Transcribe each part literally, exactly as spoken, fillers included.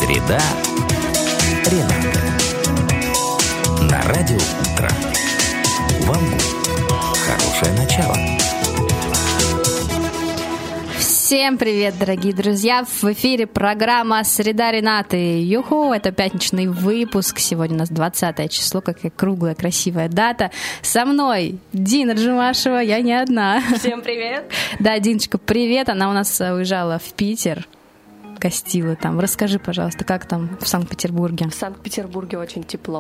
Среда Ренаты. На радио «Утро». Волгу. Хорошее начало. Всем привет, дорогие друзья! В эфире программа «Среда Ренаты». Юху, это пятничный выпуск. Сегодня у нас двадцатое число, какая круглая, красивая дата. Со мной Дина Джумашева, я не одна. Всем привет! Да, Диночка, привет. Она у нас уезжала в Питер, гостила там. Расскажи, пожалуйста, как там в Санкт-Петербурге? В Санкт-Петербурге очень тепло.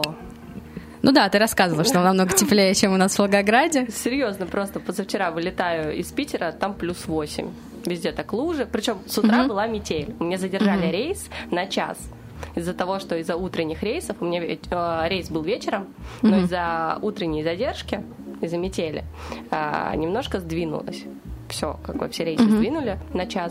Ну да, ты рассказывала, что намного теплее, чем у нас в Волгограде. Серьезно, просто позавчера вылетаю из Питера, там плюс восемь. Везде так лужи. Причем с утра mm-hmm. была метель. Мне задержали mm-hmm. рейс на час. Из-за того, что из-за утренних рейсов, у меня э, рейс был вечером, mm-hmm. но из-за утренней задержки, из-за метели, э, немножко сдвинулось. Все, как бы все рейсы mm-hmm. сдвинули на час.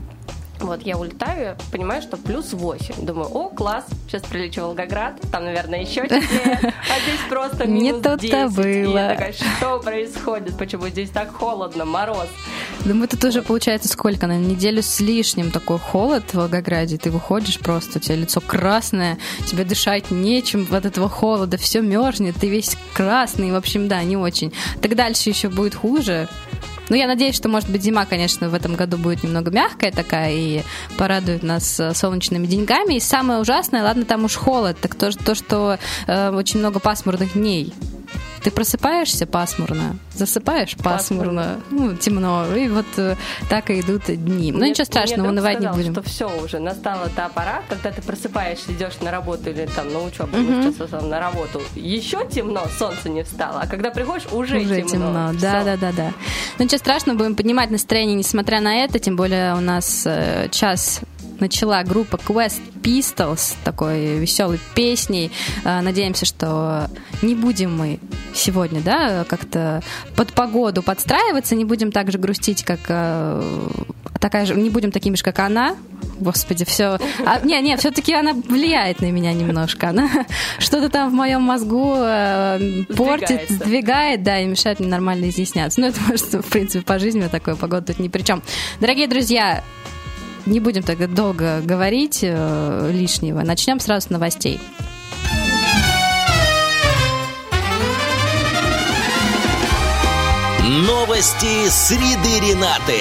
Вот, я улетаю, понимаю, что плюс восемь. Думаю, о, класс, сейчас прилечу в Волгоград, там, наверное, еще теплее, а здесь просто минус десять. Не тут-то было. И я такая, что происходит, почему здесь так холодно, мороз? Да мы тут уже, получается, сколько, на неделю с лишним такой холод в Волгограде, ты выходишь просто, у тебя лицо красное, тебе дышать нечем от этого холода, все мерзнет, ты весь красный, в общем, да, не очень. Так дальше еще будет хуже. Ну, я надеюсь, что, может быть, зима, конечно, в этом году будет немного мягкая такая и порадует нас солнечными деньками. И самое ужасное, ладно, там уж холод, так то, то что э, очень много пасмурных дней. Ты просыпаешься пасмурно, засыпаешь пасмурно, пасмурно. Ну, темно, и вот э, так и идут дни. Но ничего страшного, унывать не будем. Что все уже, настала та пора, когда ты просыпаешься, идешь на работу или там на учебу, uh-huh. сейчас на работу, еще темно, солнце не встало, а когда приходишь, уже, уже темно. темно. Да, да, да, да. Но ничего страшного, будем поднимать настроение, несмотря на это, тем более у нас э, час начала группа Quest Pistols такой веселой песней. Надеемся, что не будем мы сегодня, да, как-то под погоду подстраиваться, не будем так же грустить, как такая же, не будем такими же, как она. Господи, все. А, не, не, все-таки она влияет на меня немножко. Она что-то там в моем мозгу э, портит, сдвигает, да, и мешает мне нормально изъясняться. Ну, это, может, в принципе, по жизни такая погода тут ни при чем. Дорогие друзья, не будем тогда долго говорить э, лишнего. Начнем сразу с новостей. Новости среды Ренаты.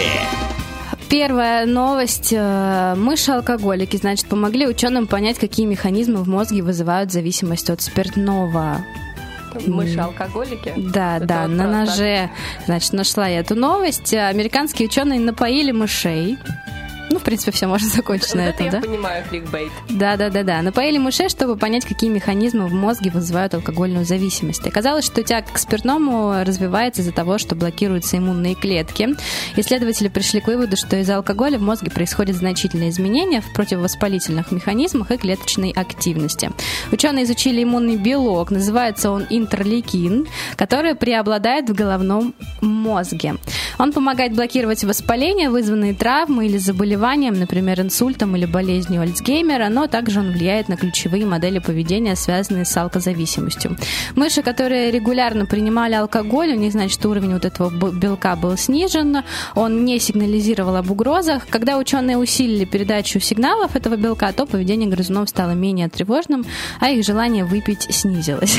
Первая новость. Мыши-алкоголики, значит, помогли ученым понять, какие механизмы в мозге вызывают зависимость от спиртного. Мыши-алкоголики? Да, это да, вот на ноже. Значит, нашла я эту новость. Американские ученые напоили мышей. Ну, в принципе, все можно закончить на этом, я да? Я понимаю, кликбейт. Да-да-да-да. Напоили мышей, чтобы понять, какие механизмы в мозге вызывают алкогольную зависимость. Оказалось, что тяга к спиртному развивается из-за того, что блокируются иммунные клетки. Исследователи пришли к выводу, что из-за алкоголя в мозге происходят значительные изменения в противовоспалительных механизмах и клеточной активности. Ученые изучили иммунный белок, называется он интерлейкин, который преобладает в головном мозге. Он помогает блокировать воспаления, вызванные травмой или заболеваниями, например, инсультом или болезнью Альцгеймера, но также он влияет на ключевые модели поведения, связанные с алкозависимостью. Мыши, которые регулярно принимали алкоголь, у них, значит, уровень вот этого белка был снижен, он не сигнализировал об угрозах. Когда ученые усилили передачу сигналов этого белка, то поведение грызунов стало менее тревожным, а их желание выпить снизилось.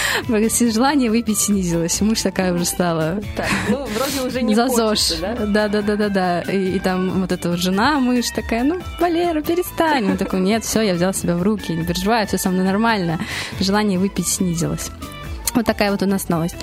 Желание выпить снизилось. Мышь такая уже стала... Так, ну, вроде уже не хочется, да? Да-да-да-да-да. И, и там вот эта вот жена мышь такая, ну, Валера, перестань. Он такой, нет, все, я взял себя в руки, не переживай, все со мной нормально. Желание выпить снизилось. Вот такая вот у нас новость.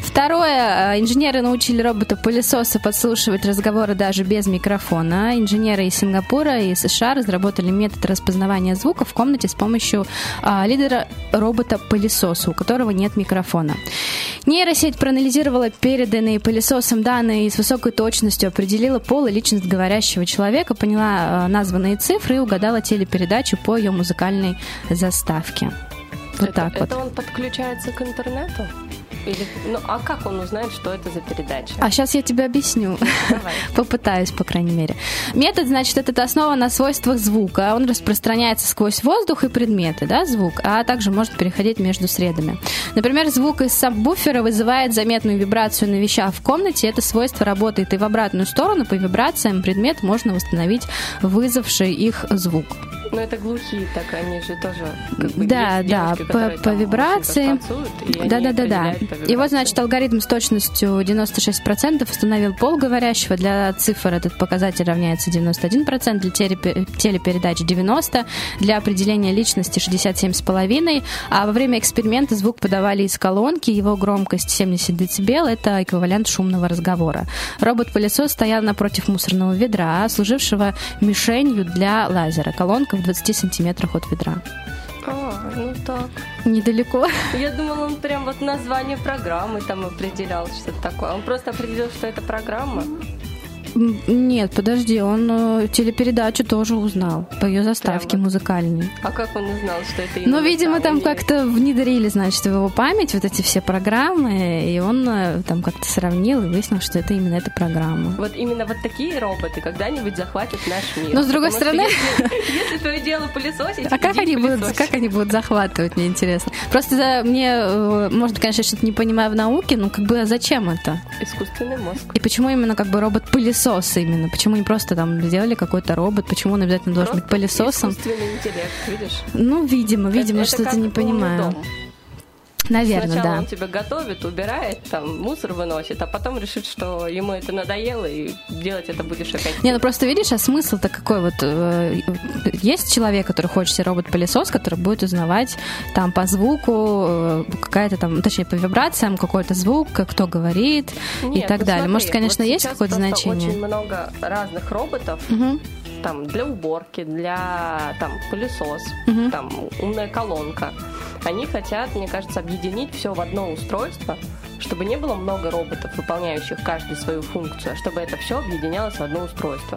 Второе. Инженеры научили робота-пылесоса подслушивать разговоры даже без микрофона. Инженеры из Сингапура и США разработали метод распознавания звука в комнате с помощью а, лидера робота-пылесоса, у которого нет микрофона. Нейросеть проанализировала переданные пылесосом данные и с высокой точностью определила пол и личность говорящего человека, поняла а, названные цифры и угадала телепередачу по ее музыкальной заставке. Вот это, так это вот. Он подключается к интернету? Или, ну, а как он узнает, что это за передача? А сейчас я тебе объясню. Давай. Попытаюсь, по крайней мере. Метод, значит, этот основан на свойствах звука. Он распространяется сквозь воздух и предметы, да, звук, а также может переходить между средами. Например, звук из сабвуфера вызывает заметную вибрацию на вещах в комнате. Это свойство работает и в обратную сторону. По вибрациям предмет можно восстановить вызвавший их звук. Но это глухие, так они же тоже как бы, да, есть да, девушки, по, по вибрации. Да, да, да, да. И вот, значит, алгоритм с точностью девяносто шесть процентов установил пол говорящего. Для цифр этот показатель равняется девяносто один процент, для телепередач девяносто процентов, для определения личности шестьдесят семь целых пять десятых. А во время эксперимента звук подавали из колонки, его громкость семьдесят децибел, это эквивалент шумного разговора. Робот-пылесос стоял напротив мусорного ведра, служившего мишенью для лазера. Колонка в двадцати сантиметрах от ведра. А, ну так. Недалеко. Я думала, он прям вот название программы там определял, что-то такое. Он просто определил, что это программа. Нет, подожди, он э, телепередачу тоже узнал по ее заставке Прямо. А музыкальной. как он узнал, что это именно? Ну, видимо, там или... как-то внедрили, значит, в его память вот эти все программы, и он э, там как-то сравнил и выяснил, что это именно эта программа. Вот именно вот такие роботы когда-нибудь захватят наш мир. Но с другой Потому стороны... Если, если твое дело пылесосить, А как они, будут, как они будут захватывать, мне интересно. Просто за, мне, э, может, конечно, я что-то не понимаю в науке, но как бы а зачем это? Искусственный мозг. И почему именно как бы робот-пылесос именно? Почему не просто там сделали какой-то робот? Почему он обязательно должен Просто быть пылесосом? Искусственный интеллект, видишь? Ну, видимо, видимо, это, что-то это не как умный понимаю. дом. Наверное, Сначала да. он тебя готовит, убирает, там, мусор выносит, а потом решит, что ему это надоело, и делать это будешь опять. Не, ну просто видишь, а смысл-то какой вот? Э, есть человек, который хочет себе робот-пылесос, который будет узнавать там по звуку, э, какая-то там, точнее, по вибрациям какой-то звук, кто говорит. Нет, и так ну далее. смотри, Может, конечно, вот есть какое-то значение? Очень много разных роботов. Угу. Там для уборки, для там пылесос, Мгм. там умная колонка. Они хотят, мне кажется, объединить все в одно устройство, чтобы не было много роботов, выполняющих каждый свою функцию, а чтобы это все объединялось в одно устройство.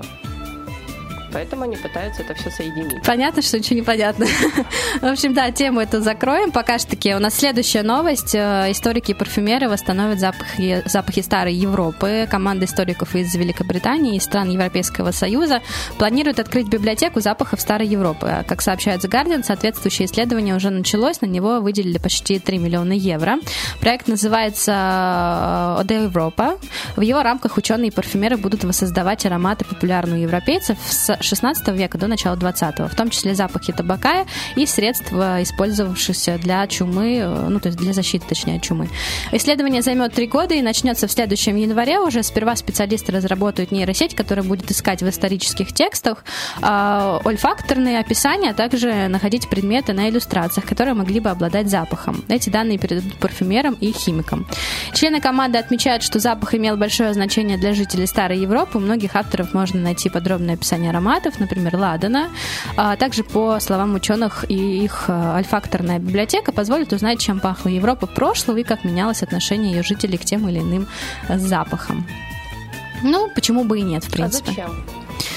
Поэтому они пытаются это все соединить. Понятно, что ничего не понятно. В общем, да, тему эту закроем. Пока что таки у нас следующая новость. Историки и парфюмеры восстановят запахи, запахи старой Европы. Команда историков из Великобритании и стран Европейского Союза планирует открыть библиотеку запахов старой Европы. Как сообщает The Guardian, соответствующее исследование уже началось. На него выделили почти три миллиона евро. Проект называется Eau Европа. В его рамках ученые и парфюмеры будут воссоздавать ароматы популярных европейцев с шестнадцатого века до начала двадцатого, в том числе запахи табака и средств, использовавшихся для чумы, ну, то есть для защиты, точнее, от чумы. Исследование займет три года и начнется в следующем январе уже. Сперва специалисты разработают нейросеть, которая будет искать в исторических текстах э, ольфакторные описания, а также находить предметы на иллюстрациях, которые могли бы обладать запахом. Эти данные передадут парфюмерам и химикам. Члены команды отмечают, что запах имел большое значение для жителей Старой Европы. У многих авторов можно найти подробное описание аромата, например, ладана. А также, по словам ученых, и их ольфакторная библиотека позволит узнать, чем пахла Европа прошлого и как менялось отношение ее жителей к тем или иным запахам. Ну, почему бы и нет, в принципе. А зачем?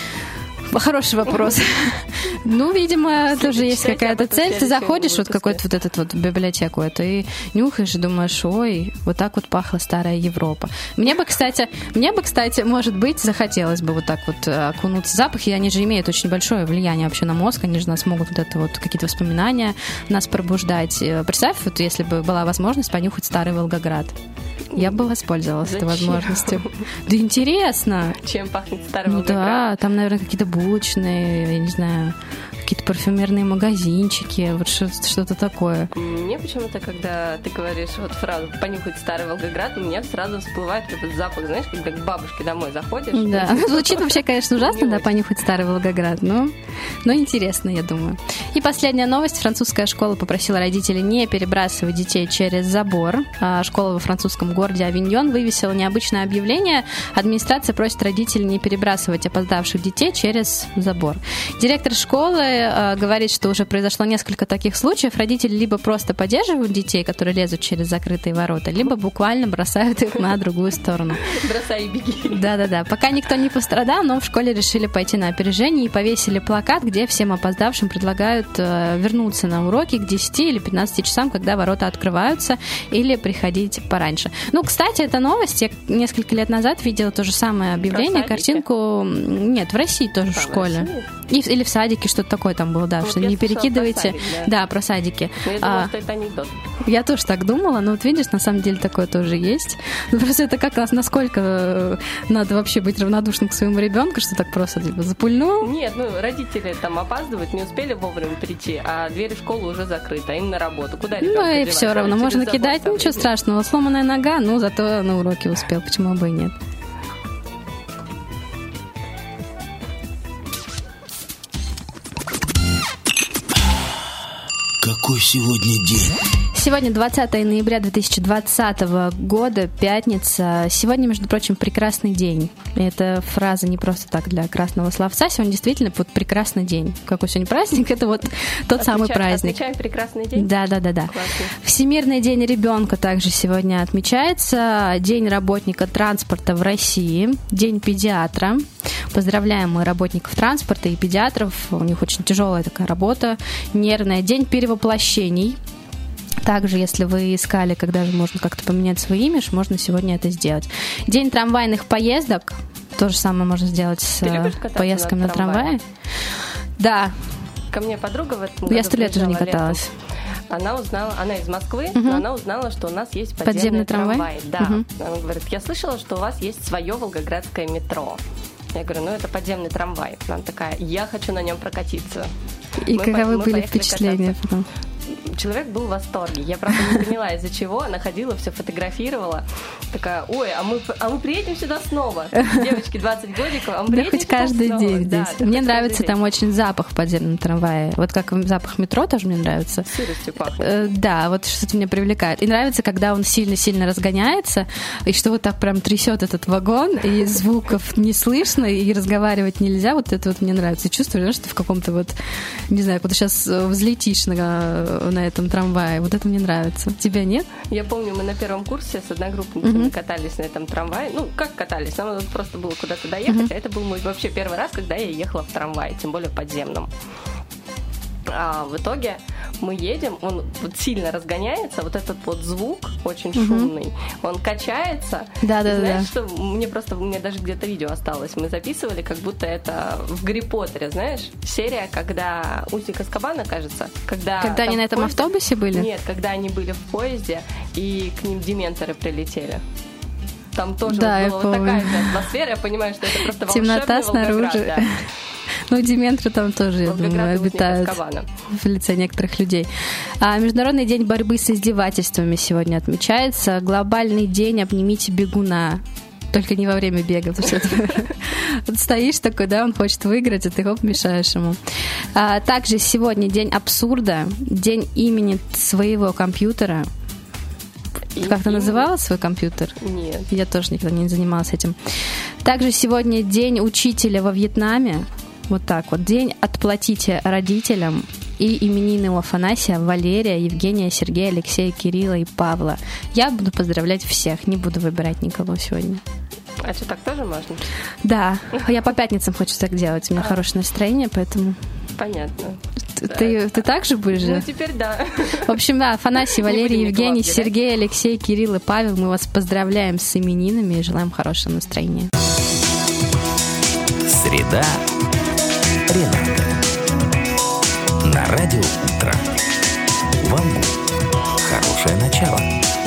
Хороший вопрос. Ну, видимо, тоже есть какая-то цель. Ты заходишь вот какой-то вот этот вот библиотеку эту и нюхаешь и думаешь, ой, вот так вот пахла старая Европа. Мне бы, кстати, мне бы, кстати, может быть, захотелось бы вот так вот окунуться в запахи. Они же имеют очень большое влияние вообще на мозг. Они же нас могут вот это вот какие-то воспоминания нас пробуждать. Представь, вот если бы была возможность понюхать старый Волгоград. Я бы воспользовалась Зачем? этой возможностью. Да интересно. Чем пахнет старый Ну Волгоград? да, там, наверное, какие-то булочные, я не знаю, какие-то парфюмерные магазинчики, вот что-то такое. Мне почему-то, когда ты говоришь вот фразу «понюхать старый Волгоград», у меня сразу всплывает этот запах, знаешь, когда к бабушке домой заходишь. Да, звучит вообще, конечно, ужасно, Не да, очень. понюхать старый Волгоград, но, но интересно, я думаю. И последняя новость. Французская школа попросила родителей не перебрасывать детей через забор. А Школа во французском городе Авиньон вывесила необычное объявление. Администрация просит родителей не перебрасывать опоздавших детей через забор. Директор школы э, говорит, что уже произошло несколько таких случаев. Родители либо просто поддерживают детей, которые лезут через закрытые ворота, либо буквально бросают их на другую сторону. Бросай и беги. Да-да-да. Пока никто не пострадал, но в школе решили пойти на опережение и повесили плакат, где всем опоздавшим предлагают э, вернуться на уроки к десяти или пятнадцати часам, когда ворота открываются, или приходить пораньше. Ну, кстати, эта новость, я несколько лет назад видела то же самое объявление, Про садики? картинку. Нет, в России тоже в А, в школе. России? И, или в садике что-то такое там было, да, Вот что я не слышала перекидывайте. про садик, да. Да, про садики. Но я думала, А, что это анекдот. Я тоже так думала, но вот видишь, на самом деле такое тоже есть. Ну, просто это как раз насколько э, надо вообще быть равнодушным к своему ребенку, что так просто типа запульнул. Нет, ну родители там опаздывают, не успели вовремя прийти, а двери школы уже закрыты, а им на работу. Куда ребенка Ну и девать? все равно, Через можно забор кидать, там ничего лезет. страшного. Сломанная нога, ну зато на уроке успел, почему бы и нет. Какой сегодня день? Сегодня двадцатое ноября две тысячи двадцатого года, пятница. Сегодня, между прочим, прекрасный день. И эта фраза не просто так для красного словца. Сегодня действительно вот прекрасный день. Какой сегодня праздник? Это вот тот самый Отмечаем- праздник. Отмечаем прекрасный день. Да, да, да, да. Классно. Всемирный день ребенка также сегодня отмечается. День работника транспорта в России. День педиатра. Поздравляем мы работников транспорта и педиатров. У них очень тяжелая такая работа, нервная. День перевоплощений. Также, если вы искали, когда же можно как-то поменять свой имидж, можно сегодня это сделать. День трамвайных поездок. То же самое можно сделать с Ты любишь э, кататься поездками на на трамвае. трамвае? Да, Ко мне подруга в этом я году сто лет уже не приезжала каталась. летом. Она узнала, она из Москвы, Мгм. но она узнала, что у нас есть подземный, Подземный трамвай? Да. Мгм. Она говорит, я слышала, что у вас есть свое волгоградское метро. Я говорю, ну это подземный трамвай. Она такая, я хочу на нем прокатиться. И Мы по- каковы мы были поехали впечатления кататься. потом? Человек был в восторге. Я, правда, не поняла, из-за чего. Она ходила, все фотографировала. Такая, ой, а мы, а мы приедем сюда снова. Девочки двадцать годиков, а мы Да приедем хоть сюда каждый снова. день Да, здесь. да, Мне хоть нравится каждый там день. очень запах в подземном трамвае. Вот как запах метро тоже мне нравится. Сыростью пахнет. Э, Да, вот что-то меня привлекает. И нравится, когда он сильно-сильно разгоняется, и что вот так прям трясет этот вагон, и звуков не слышно, и разговаривать нельзя. Вот это вот мне нравится. И чувствую, что ты в каком-то вот, не знаю, куда сейчас взлетишь на, на этом трамвае. Вот это мне нравится. Тебя нет? Я помню, мы на первом курсе с одногруппницами Мгм. катались на этом трамвае. Ну, как катались? Нам надо просто было куда-то доехать. Мгм. А это был мой вообще первый раз, когда я ехала в трамвае, тем более подземном. А в итоге мы едем, он вот сильно разгоняется, вот этот вот звук очень Мгм. шумный, он качается. Да, да, И знаешь, да. что мне просто, у меня даже где-то видео осталось, мы записывали, как будто это в Гарри Поттере, знаешь, серия, когда Узник Азкабана, кажется, когда... Когда они там на в этом поезде- автобусе были? Нет, когда они были в поезде, и к ним дементоры прилетели. Там тоже Да, я вот была вот помню. такая же атмосфера, я понимаю, что это просто Темнота волшебный Волгоград, снаружи. да. Ну, дементоры там тоже, я Волгоград думаю, и Узник обитают Азкабана. в лице некоторых людей. А, Международный день борьбы с издевательствами сегодня отмечается. Глобальный день «Обнимите бегуна». Только не во время бега, потому что ты вот стоишь такой, да, он хочет выиграть, а ты хоп, мешаешь ему. А, также сегодня день абсурда, день имени своего компьютера. И- Ты как-то и- называла свой компьютер? Нет. Я тоже никогда не занималась этим. Также сегодня день учителя во Вьетнаме. Вот так вот. День «Отплатите родителям» и именины у Афанасия, Валерия, Евгения, Сергея, Алексея, Кирилла и Павла. Я буду поздравлять всех, не буду выбирать никого сегодня. А что, так тоже можно? Да, я по пятницам хочу так делать. У меня хорошее настроение, поэтому... Понятно. Ты, ты, ты так же будешь Ну, же? теперь да. В общем, да, Афанасий, Не Валерий, будем никого Евгений, обделять. Сергей, Алексей, Кирилл и Павел. Мы вас поздравляем с именинами и желаем хорошего настроения. Среда Рената. На радио «Утро». Вам хорошее начало.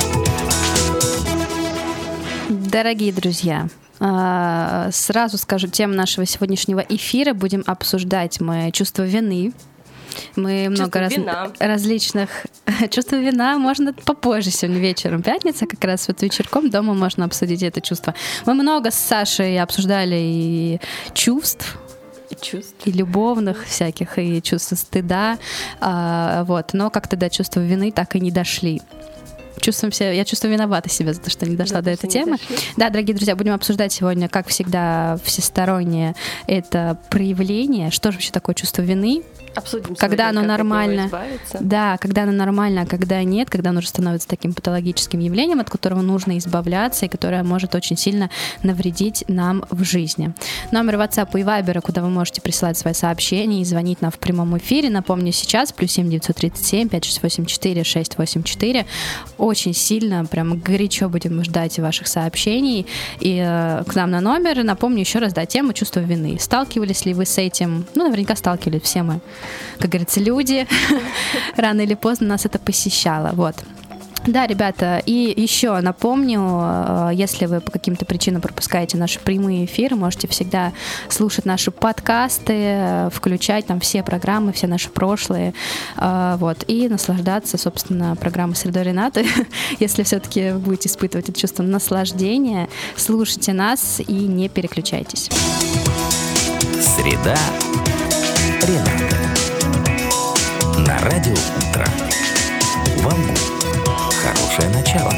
Дорогие друзья, а, сразу скажу, тему нашего сегодняшнего эфира будем обсуждать мы чувство вины. Мы много раз- вина. различных... Чувство вина можно попозже сегодня вечером. Пятница, как раз вот вечерком дома можно обсудить это чувство. Мы много с Сашей обсуждали и чувств, И чувств. и любовных всяких, и чувства стыда. а, вот. Но как-то до чувства вины так и не дошли. Чувствуем себя, я чувствую виновата себя за то, что не дошла Да, до что этой не темы. дошли. Да, дорогие друзья, будем обсуждать сегодня, как всегда, всестороннее это проявление. Что же вообще такое чувство вины? Обсудим Когда сегодня, оно как от него нормально. избавиться. Да, когда оно нормально, а когда нет, когда оно уже становится таким патологическим явлением, от которого нужно избавляться и которое может очень сильно навредить нам в жизни. Номер WhatsApp и Viber, куда вы можете присылать свои сообщения и звонить нам в прямом эфире. Напомню, сейчас плюс семь девятьсот тридцать семь пятьсот шестьдесят восемь четыре шестьсот восемьдесят четыре. очень сильно, прям горячо будем ждать ваших сообщений. И э, к нам на номер, напомню еще раз, да, тему чувства вины. Сталкивались ли вы с этим? Ну, наверняка сталкивались все мы, как говорится, люди. Рано или поздно нас это посещало. Вот. Да, ребята, и еще напомню, если вы по каким-то причинам пропускаете наши прямые эфиры, можете всегда слушать наши подкасты, включать там все программы, все наши прошлые, вот, и наслаждаться, собственно, программой «Среда Ренаты». Если все-таки вы будете испытывать это чувство наслаждения, слушайте нас и не переключайтесь. «Среда Ренаты» на радио «Утро». Вам хорошее начало.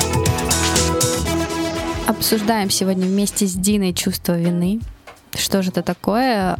Обсуждаем сегодня вместе с Диной чувство вины. Что же это такое?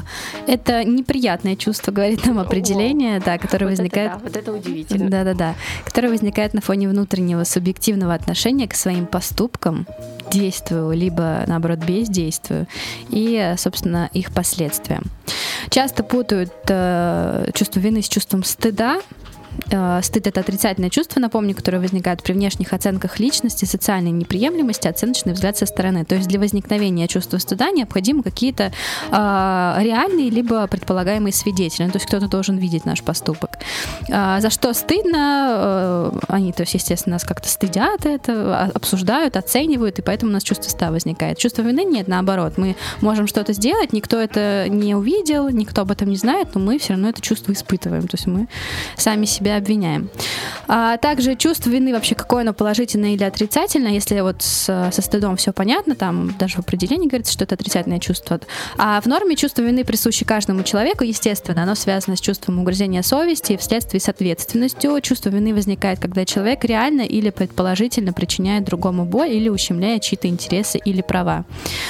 Это неприятное чувство, говорит нам определение, да, которое вот возникает... Это, да, вот это удивительно. Да-да-да. Которое возникает на фоне внутреннего субъективного отношения к своим поступкам, действую, либо, наоборот, бездействую, и, собственно, их последствиям. Часто путают э, чувство вины с чувством стыда. Стыд — это отрицательное чувство, напомню, которое возникает при внешних оценках личности, социальной неприемлемости, оценочный взгляд со стороны. То есть для возникновения чувства стыда необходимы какие-то э, реальные либо предполагаемые свидетели. Ну, то есть кто-то должен видеть наш поступок. Э, за что стыдно? Э, они, то есть, естественно, нас как-то стыдят это, обсуждают, оценивают, и поэтому у нас чувство стыда возникает. Чувство вины нет, наоборот. Мы можем что-то сделать, никто это не увидел, никто об этом не знает, но мы все равно это чувство испытываем. То есть мы сами себя себя обвиняем. А также чувство вины вообще, какое оно, положительное или отрицательное, если вот с, со стыдом все понятно, там даже в определении говорится, что это отрицательное чувство. А в норме чувство вины присуще каждому человеку, естественно, оно связано с чувством угрызения совести и вследствие с ответственностью. Чувство вины возникает, когда человек реально или предположительно причиняет другому боль или ущемляет чьи-то интересы или права.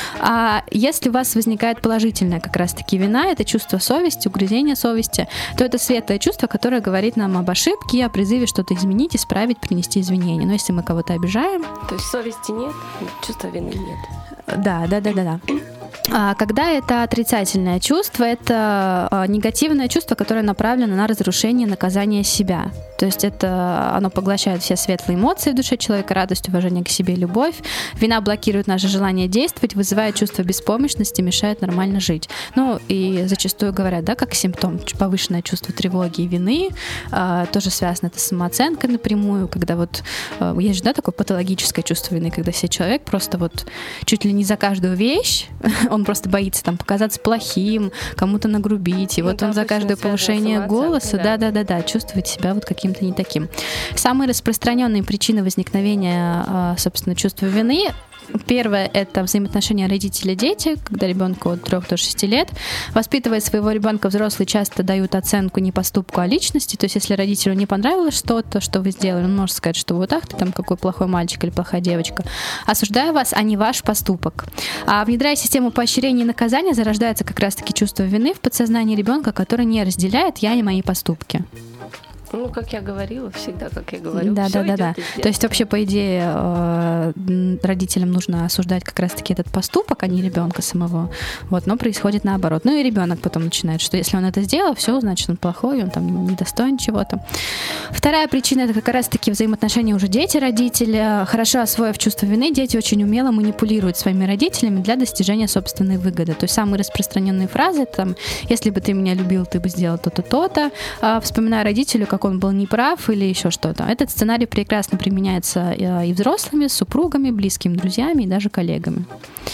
А если у вас возникает положительная как раз-таки вина, это чувство совести, угрызение совести, то это светлое чувство, которое говорит нам об ошибке и о призыве что-то изменить, исправить, принести извинения. Но если мы кого-то обижаем... То есть совести нет, чувства вины нет. Да, да, да, да, да. А когда это отрицательное чувство, это негативное чувство, которое направлено на разрушение, наказание себя. То есть это оно поглощает все светлые эмоции в душе человека, радость, уважение к себе, любовь. Вина блокирует наше желание действовать, вызывает чувство беспомощности, мешает нормально жить. Ну и зачастую говорят, да, как симптом повышенное чувство тревоги и вины, а, тоже связано это с самооценкой напрямую, когда вот а, есть же, да, такое патологическое чувство вины, когда себе человек просто вот чуть ли не за каждую вещь он просто боится там показаться плохим, кому-то нагрубить, и ну, вот он за каждое повышение голоса, да-да-да, чувствует себя вот каким-то не таким. Самые распространенные причины возникновения, собственно, чувства вины. Первое — это взаимоотношения родителя-дети, когда ребенку от трёх до шести лет. Воспитывая своего ребенка, взрослые часто дают оценку не поступку, а личности. То есть если родителю не понравилось что-то, что вы сделали, он может сказать, что вот ах, ты там какой плохой мальчик или плохая девочка. Осуждая вас, а не ваш поступок. А внедряя систему поощрения и наказания, зарождается как раз-таки чувство вины в подсознании ребенка, который не разделяет «я и мои поступки». Ну, как я говорила, всегда, как я говорю, да, все да, да, да. идет. То есть вообще, по идее, родителям нужно осуждать как раз-таки этот поступок, а не ребенка самого. Вот, но происходит наоборот. Ну и ребенок потом начинает, что если он это сделал, все, значит, он плохой, он там недостоин чего-то. Вторая причина — это как раз-таки взаимоотношения уже дети-родители. Хорошо освоив чувство вины, дети очень умело манипулируют своими родителями для достижения собственной выгоды. То есть самые распространенные фразы, там, если бы ты меня любил, ты бы сделал то-то, то-то. А, вспоминая родителю, как он был неправ или еще что-то. Этот сценарий прекрасно применяется и взрослыми, с супругами, близкими друзьями и даже коллегами.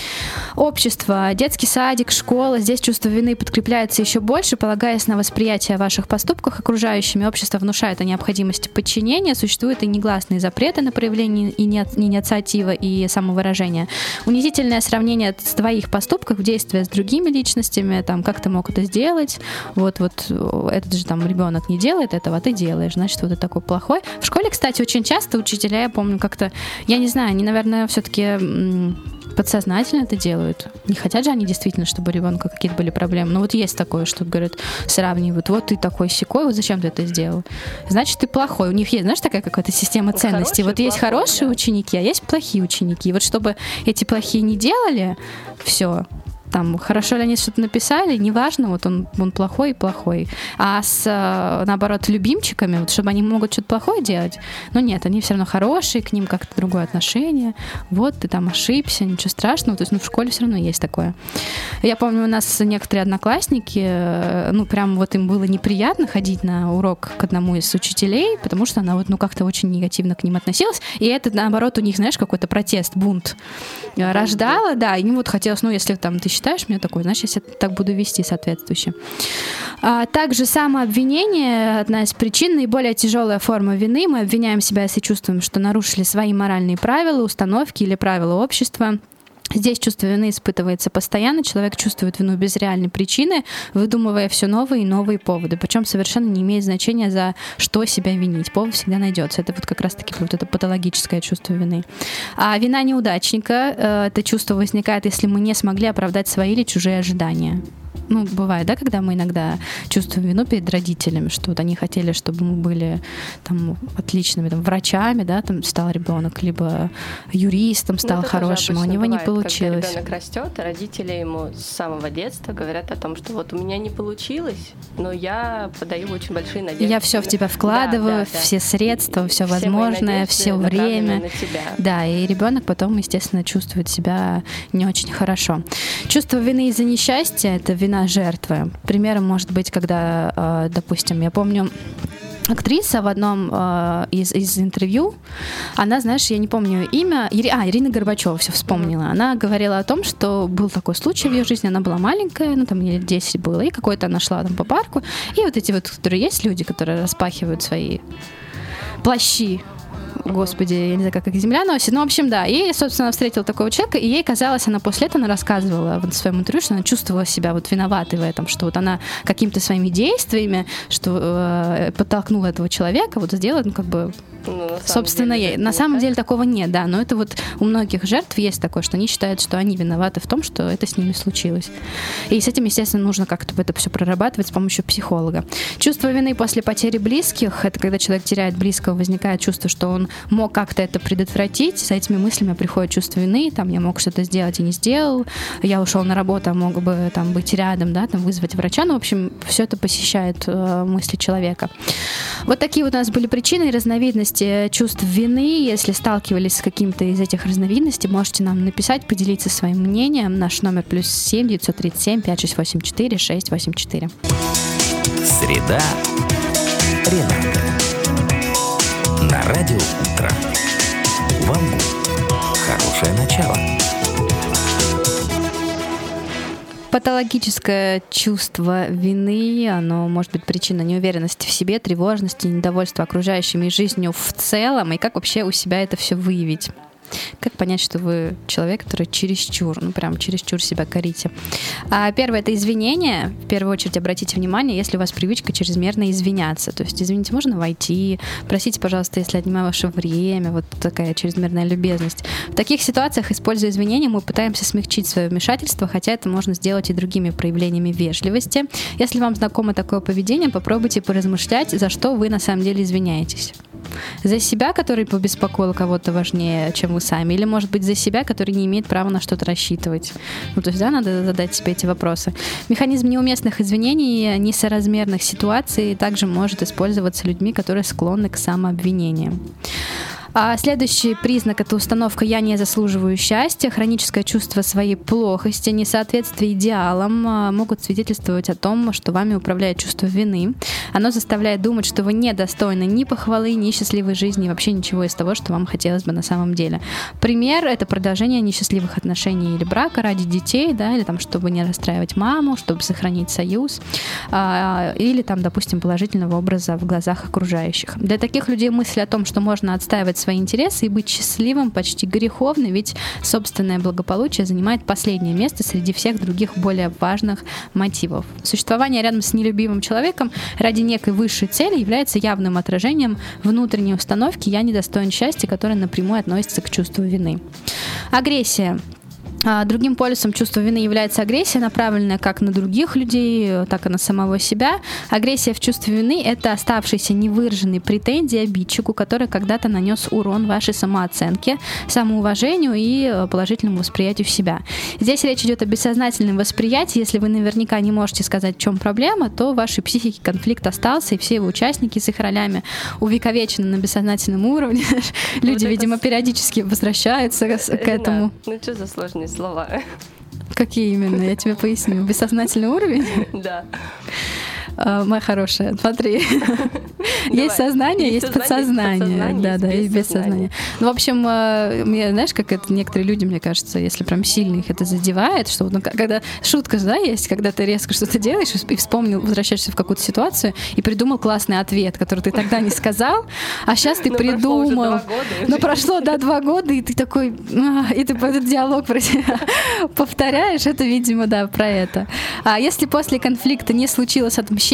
Общество, детский садик, школа. Здесь чувство вины подкрепляется еще больше, полагаясь на восприятие о ваших поступках окружающими. Общество внушает о необходимости подчинения. Существуют и негласные запреты на проявление инициативы и самовыражения. Унизительное сравнение твоих поступков в действии с другими личностями, там, как ты мог это сделать, вот, вот этот же там ребенок не делает этого, а ты делаешь, значит, вот ты такой плохой. В школе, кстати, очень часто учителя, я помню, как-то, я не знаю, они, наверное, все-таки м- подсознательно это делают. Не хотят же они действительно, чтобы у ребенка какие-то были проблемы. Но вот есть такое, что, говорят, сравнивают, вот ты такой сякой, вот зачем ты это сделал? Значит, ты плохой. У них есть, знаешь, такая какая-то система ценностей. Вот есть плохой, хорошие да. ученики, а есть плохие ученики. И вот чтобы эти плохие не делали, все, там, хорошо ли они что-то написали, неважно, вот он, он плохой и плохой. А с, наоборот, любимчиками, вот, чтобы они могут что-то плохое делать, но нет, они все равно хорошие, к ним как-то другое отношение. Вот, ты там ошибся, ничего страшного. То есть, ну, в школе все равно есть такое. Я помню, у нас некоторые одноклассники, ну, прям вот им было неприятно ходить на урок к одному из учителей, потому что она вот, ну, как-то очень негативно к ним относилась. И это, наоборот, у них, знаешь, какой-то протест, бунт рождала, да, и им вот хотелось, ну, если там ты считаешь меня такой, значит, я так буду вести соответствующе. А также самообвинение — одна из причин, наиболее тяжелая форма вины. Мы обвиняем себя, если чувствуем, что нарушили свои моральные правила, установки или правила общества. Здесь чувство вины испытывается постоянно, человек чувствует вину без реальной причины, выдумывая все новые и новые поводы, причем совершенно не имеет значения, за что себя винить. Повод всегда найдется. Это вот как раз-таки вот это патологическое чувство вины. А вина неудачника, это чувство возникает, если мы не смогли оправдать свои или чужие ожидания. Ну, бывает, да, когда мы иногда чувствуем вину перед родителями, что вот они хотели, чтобы мы были там отличными там, врачами, да, там стал ребенок, либо юристом стал ну, хорошим, а у него бывает, не получилось. Когда ребенок растет, родители ему с самого детства говорят о том, что вот у меня не получилось, но я подаю очень большие надежды. Я все в тебя вкладываю, да, да, все да. средства, все, все возможное, все время. На тебя. Да, и ребенок потом, естественно, чувствует себя не очень хорошо. Чувство вины из-за несчастья — это вина жертвы. Примером может быть, когда, допустим, я помню, актриса в одном э, из, из интервью, она, знаешь, я не помню имя, Ири, а, Ирина Горбачева, все вспомнила. Она говорила о том, что был такой случай в ее жизни, она была маленькая, ну, там, ей десять было, и какой-то она шла там по парку, и вот эти вот, которые есть люди, которые распахивают свои плащи, Господи, я не знаю, как их земля носит. Ну, в общем, да. И, собственно, встретила такого человека, и ей казалось, она после этого она рассказывала в своем интервью, что она чувствовала себя вот виноватой в этом, что вот она какими-то своими действиями, что э, подтолкнула этого человека, вот сделала, ну, как бы, ну, собственно, деле, ей. На самом так? деле такого нет, да. Но это вот у многих жертв есть такое, что они считают, что они виноваты в том, что это с ними случилось. И с этим, естественно, нужно как-то это все прорабатывать с помощью психолога. Чувство вины после потери близких — это когда человек теряет близкого, возникает чувство, что он мог как-то это предотвратить. С этими мыслями приходит чувство вины, там, я мог что-то сделать и не сделал, я ушел на работу, а мог бы там быть рядом, да, там, вызвать врача. Ну, в общем, все это посещает э, мысли человека. Вот такие вот у нас были причины и разновидности чувств вины. Если сталкивались с каким-то из этих разновидностей, можете нам написать, поделиться своим мнением. Наш номер плюс семь девятьсот тридцать семь пятьсот шестьдесят восемь четыре шесть восемь четыре. Среда Рената. На радио «Утро». Вам хорошее начало. Патологическое чувство вины, оно может быть причиной неуверенности в себе, тревожности, недовольства окружающими и жизнью в целом. И как вообще у себя это все выявить? Как понять, что вы человек, который чересчур, ну прям чересчур себя корите? А первое — это извинение. В первую очередь обратите внимание, если у вас привычка чрезмерно извиняться. То есть, извините, можно войти, просите, пожалуйста, если отнимаю ваше время, вот такая чрезмерная любезность. В таких ситуациях, используя извинения, мы пытаемся смягчить свое вмешательство, хотя это можно сделать и другими проявлениями вежливости. Если вам знакомо такое поведение, попробуйте поразмышлять, за что вы на самом деле извиняетесь. За себя, который побеспокоил кого-то важнее, чем вы сами, или, может быть, за себя, который не имеет права на что-то рассчитывать. Ну, то есть, да, надо задать себе эти вопросы. Механизм неуместных извинений, несоразмерных ситуаций также может использоваться людьми, которые склонны к самообвинениям. А следующий признак — это установка «я не заслуживаю счастья». Хроническое чувство своей плохости, несоответствие идеалам могут свидетельствовать о том, что вами управляет чувство вины. Оно заставляет думать, что вы недостойны ни похвалы, ни счастливой жизни, и вообще ничего из того, что вам хотелось бы на самом деле. Пример — это продолжение несчастливых отношений или брака ради детей, да, или там, чтобы не расстраивать маму, чтобы сохранить союз, а, или там, допустим, положительного образа в глазах окружающих. Для таких людей мысль о том, что можно отстаивать свои интересы и быть счастливым, почти греховно, ведь собственное благополучие занимает последнее место среди всех других более важных мотивов. Существование рядом с нелюбимым человеком ради некой высшей цели является явным отражением внутренней установки «я недостоин счастья», которая напрямую относится к чувству вины. Агрессия. Другим полюсом чувства вины является агрессия, направленная как на других людей, так и на самого себя. Агрессия в чувстве вины — это оставшиеся невыраженные претензии обидчику, который когда-то нанес урон вашей самооценке, самоуважению и положительному восприятию себя. Здесь речь идет о бессознательном восприятии. Если вы наверняка не можете сказать, в чем проблема, то в вашей психике конфликт остался, и все его участники с их ролями увековечены на бессознательном уровне. Люди, видимо, периодически возвращаются к этому. Ну что за сложные слова? Какие именно? Я тебе поясню. Бессознательный уровень? Да. Моя хорошая, смотри. Есть сознание, есть подсознание. Да, да, есть бессознание. Ну, в общем, мне, знаешь, как это некоторые люди, мне кажется, если прям сильно их это задевает, что ну, когда шутка же, да, есть, когда ты резко что-то делаешь и вспомнил, возвращаешься в какую-то ситуацию и придумал классный ответ, который ты тогда не сказал, а сейчас ты придумал. Ну, прошло, да, два года, и ты такой, и ты этот диалог про себя повторяешь, это, видимо, да, про это. А если после конфликта не случилось отмщение,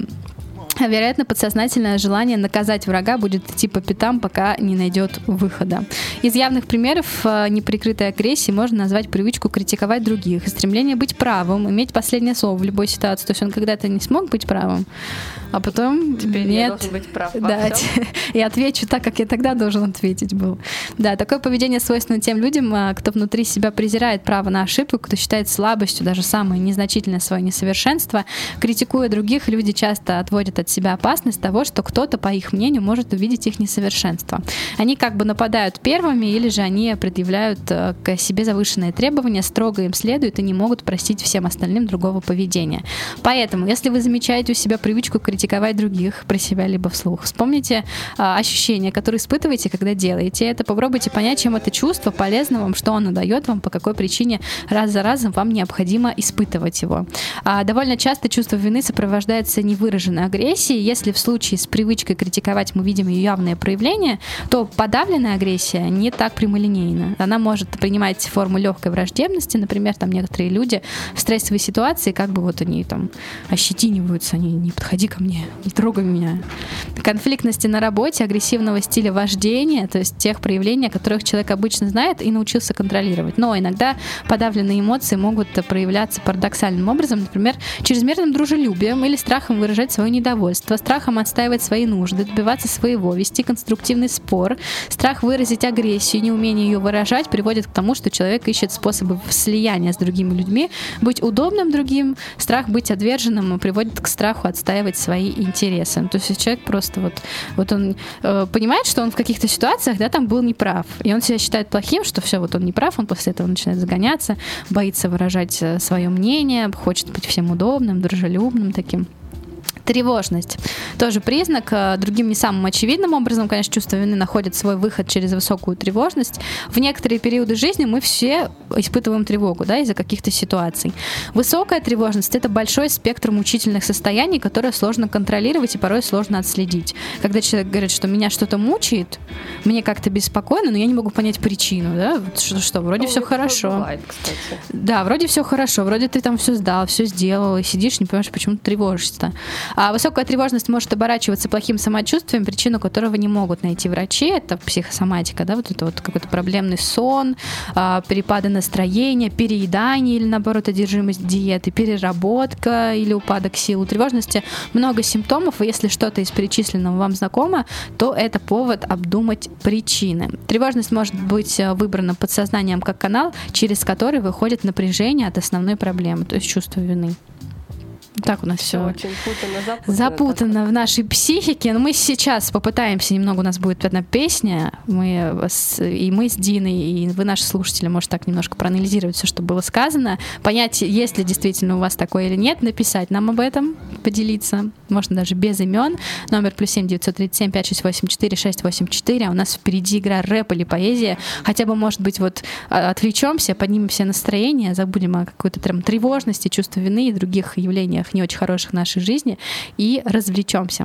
вероятно, подсознательное желание наказать врага будет идти по пятам, пока не найдет выхода. Из явных примеров неприкрытой агрессии можно назвать привычку критиковать других, стремление быть правым, иметь последнее слово в любой ситуации. То есть он когда-то не смог быть правым, а потом теперь нет. Я должен быть прав во да, всем. И отвечу так, как я тогда должен ответить был. Да, такое поведение свойственно тем людям, кто внутри себя презирает право на ошибку, кто считает слабостью даже самое незначительное свое несовершенство. Критикуя других, люди часто отводят от себя опасность того, что кто-то, по их мнению, может увидеть их несовершенство. Они как бы нападают первыми, или же они предъявляют к себе завышенные требования, строго им следуют и не могут простить всем остальным другого поведения. Поэтому, если вы замечаете у себя привычку критиковать других, про себя либо вслух, вспомните а, ощущения, которые испытываете, когда делаете это, попробуйте понять, чем это чувство полезно вам, что оно дает вам, по какой причине раз за разом вам необходимо испытывать его. А, довольно часто чувство вины сопровождается невыраженной агрессией. Если в случае с привычкой критиковать мы видим ее явное проявление, то подавленная агрессия не так прямолинейна. Она может принимать форму легкой враждебности. Например, там некоторые люди в стрессовой ситуации как бы вот они там ощетиниваются, они не подходи ко мне, не трогай меня. Конфликтности на работе, агрессивного стиля вождения, то есть тех проявлений, которых человек обычно знает и научился контролировать. Но иногда подавленные эмоции могут проявляться парадоксальным образом, например, чрезмерным дружелюбием или страхом выражать свое недовольство, страхом отстаивать свои нужды, добиваться своего, вести конструктивный спор. Страх выразить агрессию, неумение ее выражать приводит к тому, что человек ищет способы слияния с другими людьми, быть удобным другим. Страх быть отверженным приводит к страху отстаивать свои интересы. То есть человек просто вот, вот он э, понимает, что он в каких-то ситуациях, да, там был неправ, и он себя считает плохим, что все, вот он неправ, он после этого начинает загоняться, боится выражать свое мнение, хочет быть всем удобным, дружелюбным таким. Тревожность. Тоже признак. Другим не самым очевидным образом, конечно, чувство вины находит свой выход через высокую тревожность. В некоторые периоды жизни мы все испытываем тревогу, да, из-за каких-то ситуаций. Высокая тревожность — это большой спектр мучительных состояний, которые сложно контролировать и порой сложно отследить. Когда человек говорит, что меня что-то мучает, мне как-то беспокойно, но я не могу понять причину, да, что, что вроде ну, все хорошо. Бывает, кстати. Да, вроде все хорошо, вроде ты там все сдал, все сделал, и сидишь, не понимаешь, почему ты тревожишься. А высокая тревожность может оборачиваться плохим самочувствием, причину которого не могут найти врачи. Это психосоматика, да, вот это вот какой-то проблемный сон, перепады настроения, переедание или, наоборот, одержимость диеты, переработка или упадок сил. У тревожности много симптомов, и если что-то из перечисленного вам знакомо, то это повод обдумать причины. Тревожность может быть выбрана подсознанием как канал, через который выходит напряжение от основной проблемы, то есть чувство вины. Так у нас все, все очень путано, запутано, запутано в нашей психике. Но мы сейчас попытаемся, немного у нас будет одна песня, мы с, и мы с Диной, и вы, наши слушатели, может так немножко проанализировать все, что было сказано, понять, есть ли действительно у вас такое или нет, написать нам об этом, поделиться, можно даже без имен. Номер плюс семь девятьсот тридцать семь пятьсот шестьдесят восемь четыре шесть восемь четыре, а у нас впереди игра рэп или поэзия. Хотя бы, может быть, вот отвлечемся, поднимем все настроение, забудем о какой-то прям тревожности, чувстве вины и других явлениях не очень хороших в нашей жизни и развлечемся.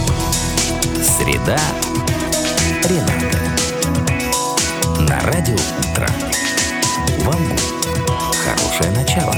Среда Рената. На радио утро. Вам хорошее начало.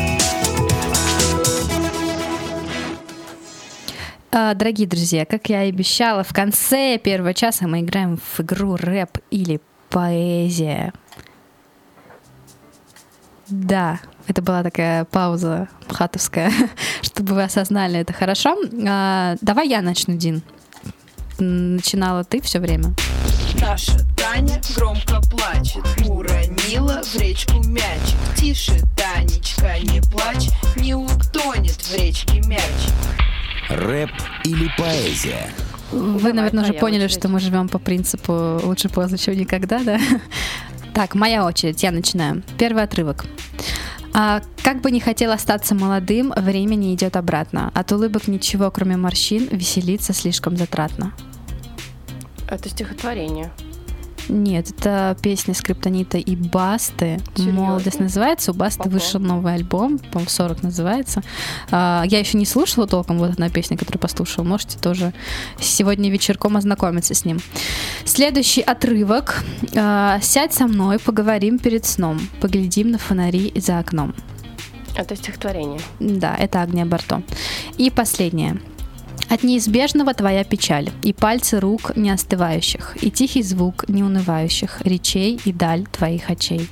Дорогие друзья, как я и обещала, в конце первого часа мы играем в игру рэп или поэзия. Да, это была такая пауза хатовская, чтобы вы осознали это хорошо. А, давай я начну, Дин. Начинала ты все время. Наша Таня громко плачет, уронила в речку мячик. Тише, Танечка, не плачь, не утонет в речке мяч. Рэп или поэзия? Вы, Давай, наверное, уже твоя поняли, очередь. что мы живем по принципу «лучше поздно, чем никогда», да? Так, моя очередь, я начинаю. Первый отрывок. А, как бы не хотел остаться молодым, время не идет обратно. От улыбок ничего, кроме морщин, веселиться слишком затратно. Это стихотворение. Нет, это песня Скриптонита и Басты. Серьезно? «Молодость» называется. У Басты Ого. вышел новый альбом, по-моему, сорок называется. А, я еще не слушала толком вот одна песня, которую послушала. Можете тоже сегодня вечерком ознакомиться с ним. Следующий отрывок. А, «Сядь со мной, поговорим перед сном. Поглядим на фонари за окном». Это стихотворение. Да, это Агния Барто. И последнее. От неизбежного твоя печаль, и пальцы рук не остывающих, и тихий звук неунывающих речей и даль твоих очей.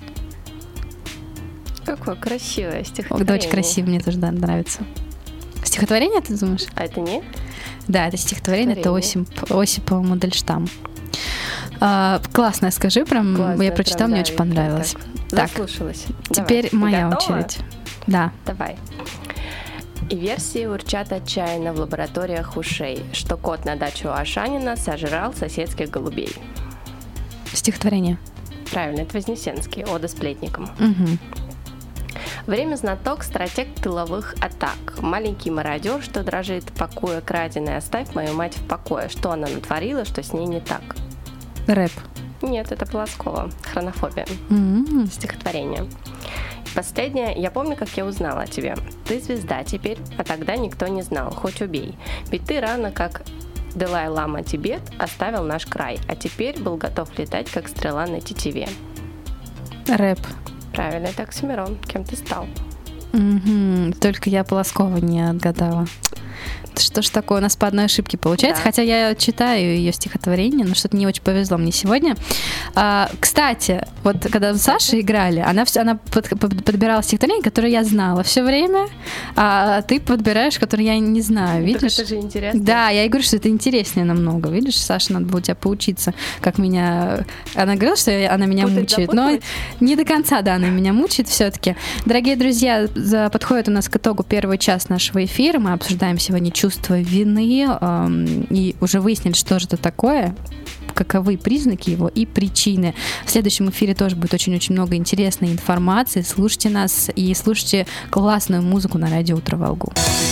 Какое красивое О, стихотворение. очень красиво, мне тоже да, нравится. Стихотворение, ты думаешь? А это не? Да, это стихотворение, это Стихотворение. Осип, Осипова Мандельштам. А, классное, скажи, прям, Классно, я прочитала, прям, мне да, очень и понравилось. Так, Так, заслушалась. теперь Давай. моя Готова? очередь. Да. Давай. И версии урчат отчаянно в лабораториях ушей, что кот на дачу Ашанина сожрал соседских голубей. Стихотворение. Правильно, это Вознесенский, ода сплетникам. Угу. Время знаток, стратег тыловых атак. Маленький мародер, что дрожит, пакуя краденое, оставь мою мать в покое. Что она натворила, что с ней не так? Рэп. Нет, это Полоскова. Хронофобия. М-м. Стихотворение. Последнее. Я помню, как я узнала о тебе. Ты звезда теперь, а тогда никто не знал, хоть убей. Ведь ты рано, как Далай-лама Тибет, оставил наш край, а теперь был готов летать, как стрела на тетиве. Рэп. Правильно, это Оксимирон. Кем ты стал? Мгм. Только я Полоскова не отгадала. Что ж такое, у нас по одной ошибке получается, Да. хотя я читаю ее стихотворение, но что-то не очень повезло мне сегодня. А, кстати, вот когда с Сашей играли, она, все, она под- под- подбирала стихотворение, которое я знала все время, а ты подбираешь, которое я не знаю, Так видишь? это же интересно. Да, я и говорю, что это интереснее намного. Видишь, Саша, надо было у тебя поучиться, как меня... Она говорила, что я- она меня Путать, мучает, но запутывать? не до конца, да, она меня мучает все-таки. Дорогие друзья, за- подходит у нас к итогу первый час нашего эфира. Мы обсуждаем сегодня чувство вины эм, и уже выяснили, что же это такое, каковы признаки его и причины. В следующем эфире тоже будет очень-очень много интересной информации. Слушайте нас и слушайте классную музыку на радио «Утро Волгу».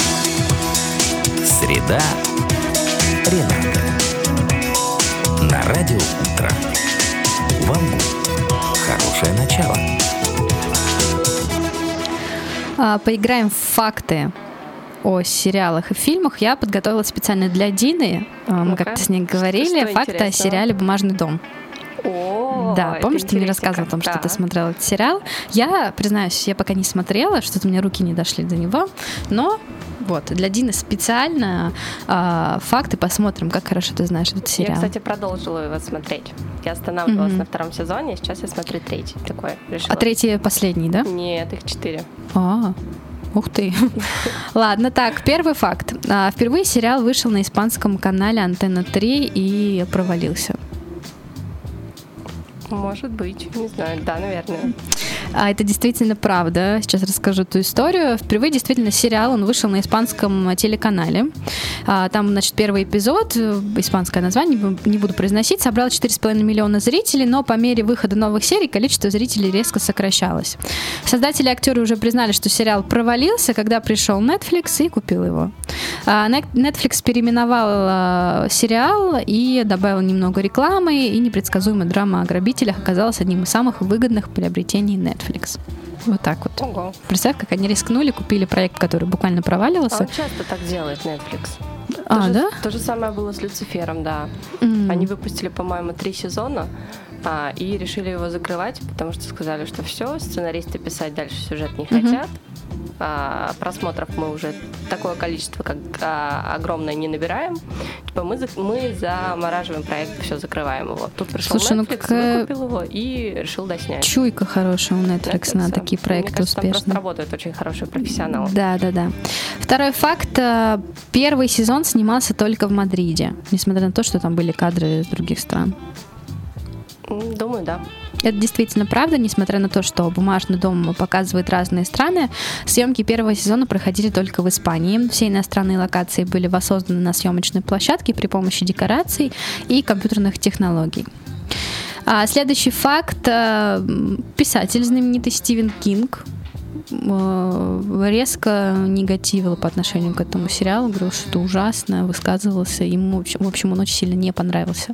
Среда Рената. На радио «Утро». Волгу. Хорошее начало. А, Поиграем в факты о сериалах и фильмах. Я подготовила специально для Дины. А, Мы Ну-ка. как-то с ней говорили. Что Факты о интересного? сериале «Бумажный дом». О, Да, это помнишь, ты мне интересненько. рассказывала о том, что Да. ты смотрела этот сериал. Я, признаюсь, я пока не смотрела, что-то у меня руки не дошли до него. Но вот, для Дины специально а, факты, посмотрим, как хорошо ты знаешь этот Я, сериал. кстати, продолжила его смотреть. Я останавливалась Мгм. на втором сезоне, сейчас я смотрю третий. Такой решила. А третий последний, да? Нет, их четыре. А, ух ты. Ладно, так, первый факт. А, Впервые сериал вышел на испанском канале Антенна три и провалился. Может быть, не знаю, да, наверное. А это действительно правда. Сейчас расскажу эту историю. Впервые действительно сериал, он вышел на испанском телеканале. А, Там, значит, первый эпизод, э, испанское название, не бу- не буду произносить, собрал четыре с половиной миллиона зрителей, но по мере выхода новых серий количество зрителей резко сокращалось. Создатели и актеры уже признали, что сериал провалился, когда пришел Netflix и купил его. А, Net- Netflix переименовал а, сериал и добавил немного рекламы, и непредсказуемая драма о грабителях оказалась одним из самых выгодных приобретений Netflix. Вот так вот. Ого. Представь, как они рискнули, купили проект, который буквально А проваливался. он часто так делает, Netflix. А, то же, да? То же самое было с Люцифером, да. М. Они выпустили, по-моему, три сезона а, и решили его закрывать, потому что сказали, что все, сценаристы писать дальше сюжет не Мгм. хотят. а, просмотров мы уже такое количество, как а, огромное, не набираем. Типа мы, за, мы замораживаем проект, все, закрываем его. Тут пришел Слушай, Netflix, ну какая... выкупил его и решил доснять. Чуйка хорошая у Netflix, Netflix, на такие проекты мне кажется, успешные. Там просто работают очень хорошие профессионалы. Да, да, да. Второй факт. Первый сезон снимался только в Мадриде, несмотря на то, что там были кадры из других стран. Думаю, да. Это действительно правда, несмотря на то, что «Бумажный дом» показывает разные страны. Съемки первого сезона проходили только в Испании. Все иностранные локации были воссозданы на съемочной площадке при помощи декораций и компьютерных технологий. А следующий факт. Писатель знаменитый Стивен Кинг резко негативил по отношению к этому сериалу, говорил, что это ужасно, высказывался. Ему, в общем, он очень сильно не понравился.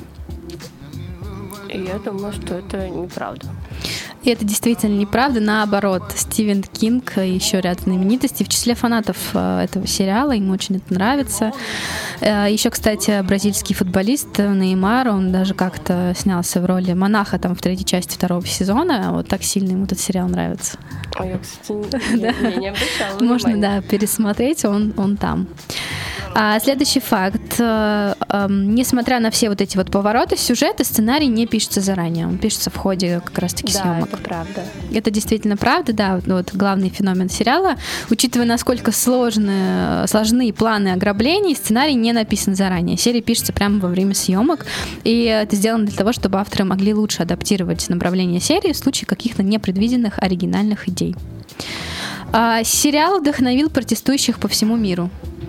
И я думаю, что это неправда. И это действительно неправда. Наоборот, Стивен Кинг и еще ряд знаменитостей в числе фанатов этого сериала, ему очень это нравится. Еще, кстати, бразильский футболист Неймар, он даже как-то снялся в роли монаха там в третьей части второго сезона. Вот так сильно ему этот сериал нравится. А я, кстати, не, не обращала внимания. Можно, да, пересмотреть, он, он там. А следующий факт. Несмотря на все вот эти вот повороты сюжета, сценарий не пишется заранее. Он пишется в ходе как раз-таки да, съемок. Это правда. Это действительно правда, да. Вот главный феномен сериала. Учитывая, насколько сложны, сложны планы ограблений, сценарий не написан заранее. Серия пишется прямо во время съемок. И это сделано для того, чтобы авторы могли лучше адаптировать направление серии в случае каких-то непредвиденных оригинальных идей. А сериал вдохновил протестующих по всему миру.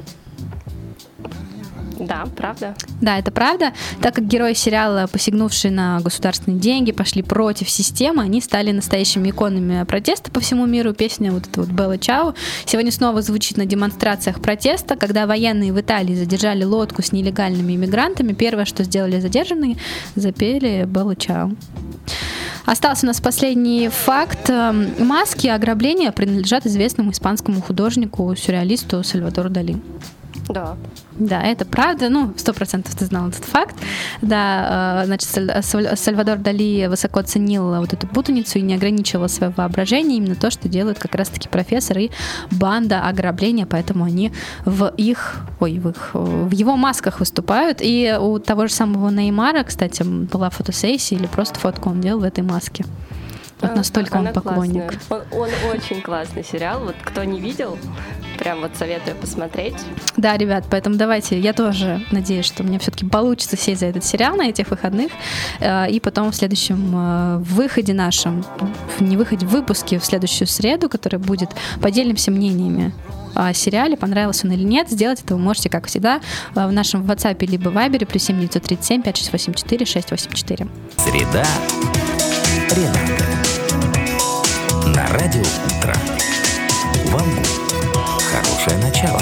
Да, правда. Да, это правда. Так как герои сериала, посягнувшие на государственные деньги, пошли против системы, они стали настоящими иконами протеста по всему миру. Песня вот эта вот «Белла Чао» сегодня снова звучит на демонстрациях протеста. Когда военные в Италии задержали лодку с нелегальными иммигрантами, первое, что сделали задержанные, запели «Белла Чао». Остался у нас последний факт. Маски ограбления принадлежат известному испанскому художнику, сюрреалисту Сальвадору Дали. Да. Да, это правда. Ну, сто процентов ты знал этот факт. Да, значит, Сальвадор Дали высоко ценил вот эту путаницу и не ограничивал свое воображение, именно то, что делают как раз-таки профессор и банда ограбления, поэтому они в их, ой, в их, в его масках выступают. И у того же самого Неймара, кстати, была фотосессия или просто фотку он делал в этой маске. Вот настолько Она он поклонник. Он, он очень классный сериал. Вот кто не видел, прям вот советую посмотреть. Да, ребят, поэтому давайте, я тоже надеюсь, что мне все-таки получится сесть за этот сериал на этих выходных, и потом в следующем выходе нашем, не выходе, в выпуске в следующую среду, который будет, поделимся мнениями о сериале, понравился он или нет. Сделать это вы можете, как всегда, в нашем WhatsApp либо Viber плюс семь девятьсот тридцать семь пятьсот шестьдесят восемь четыре шестьсот восемьдесят четыре. Среда. Рената. На радио «Утро». Вам хорошее начало.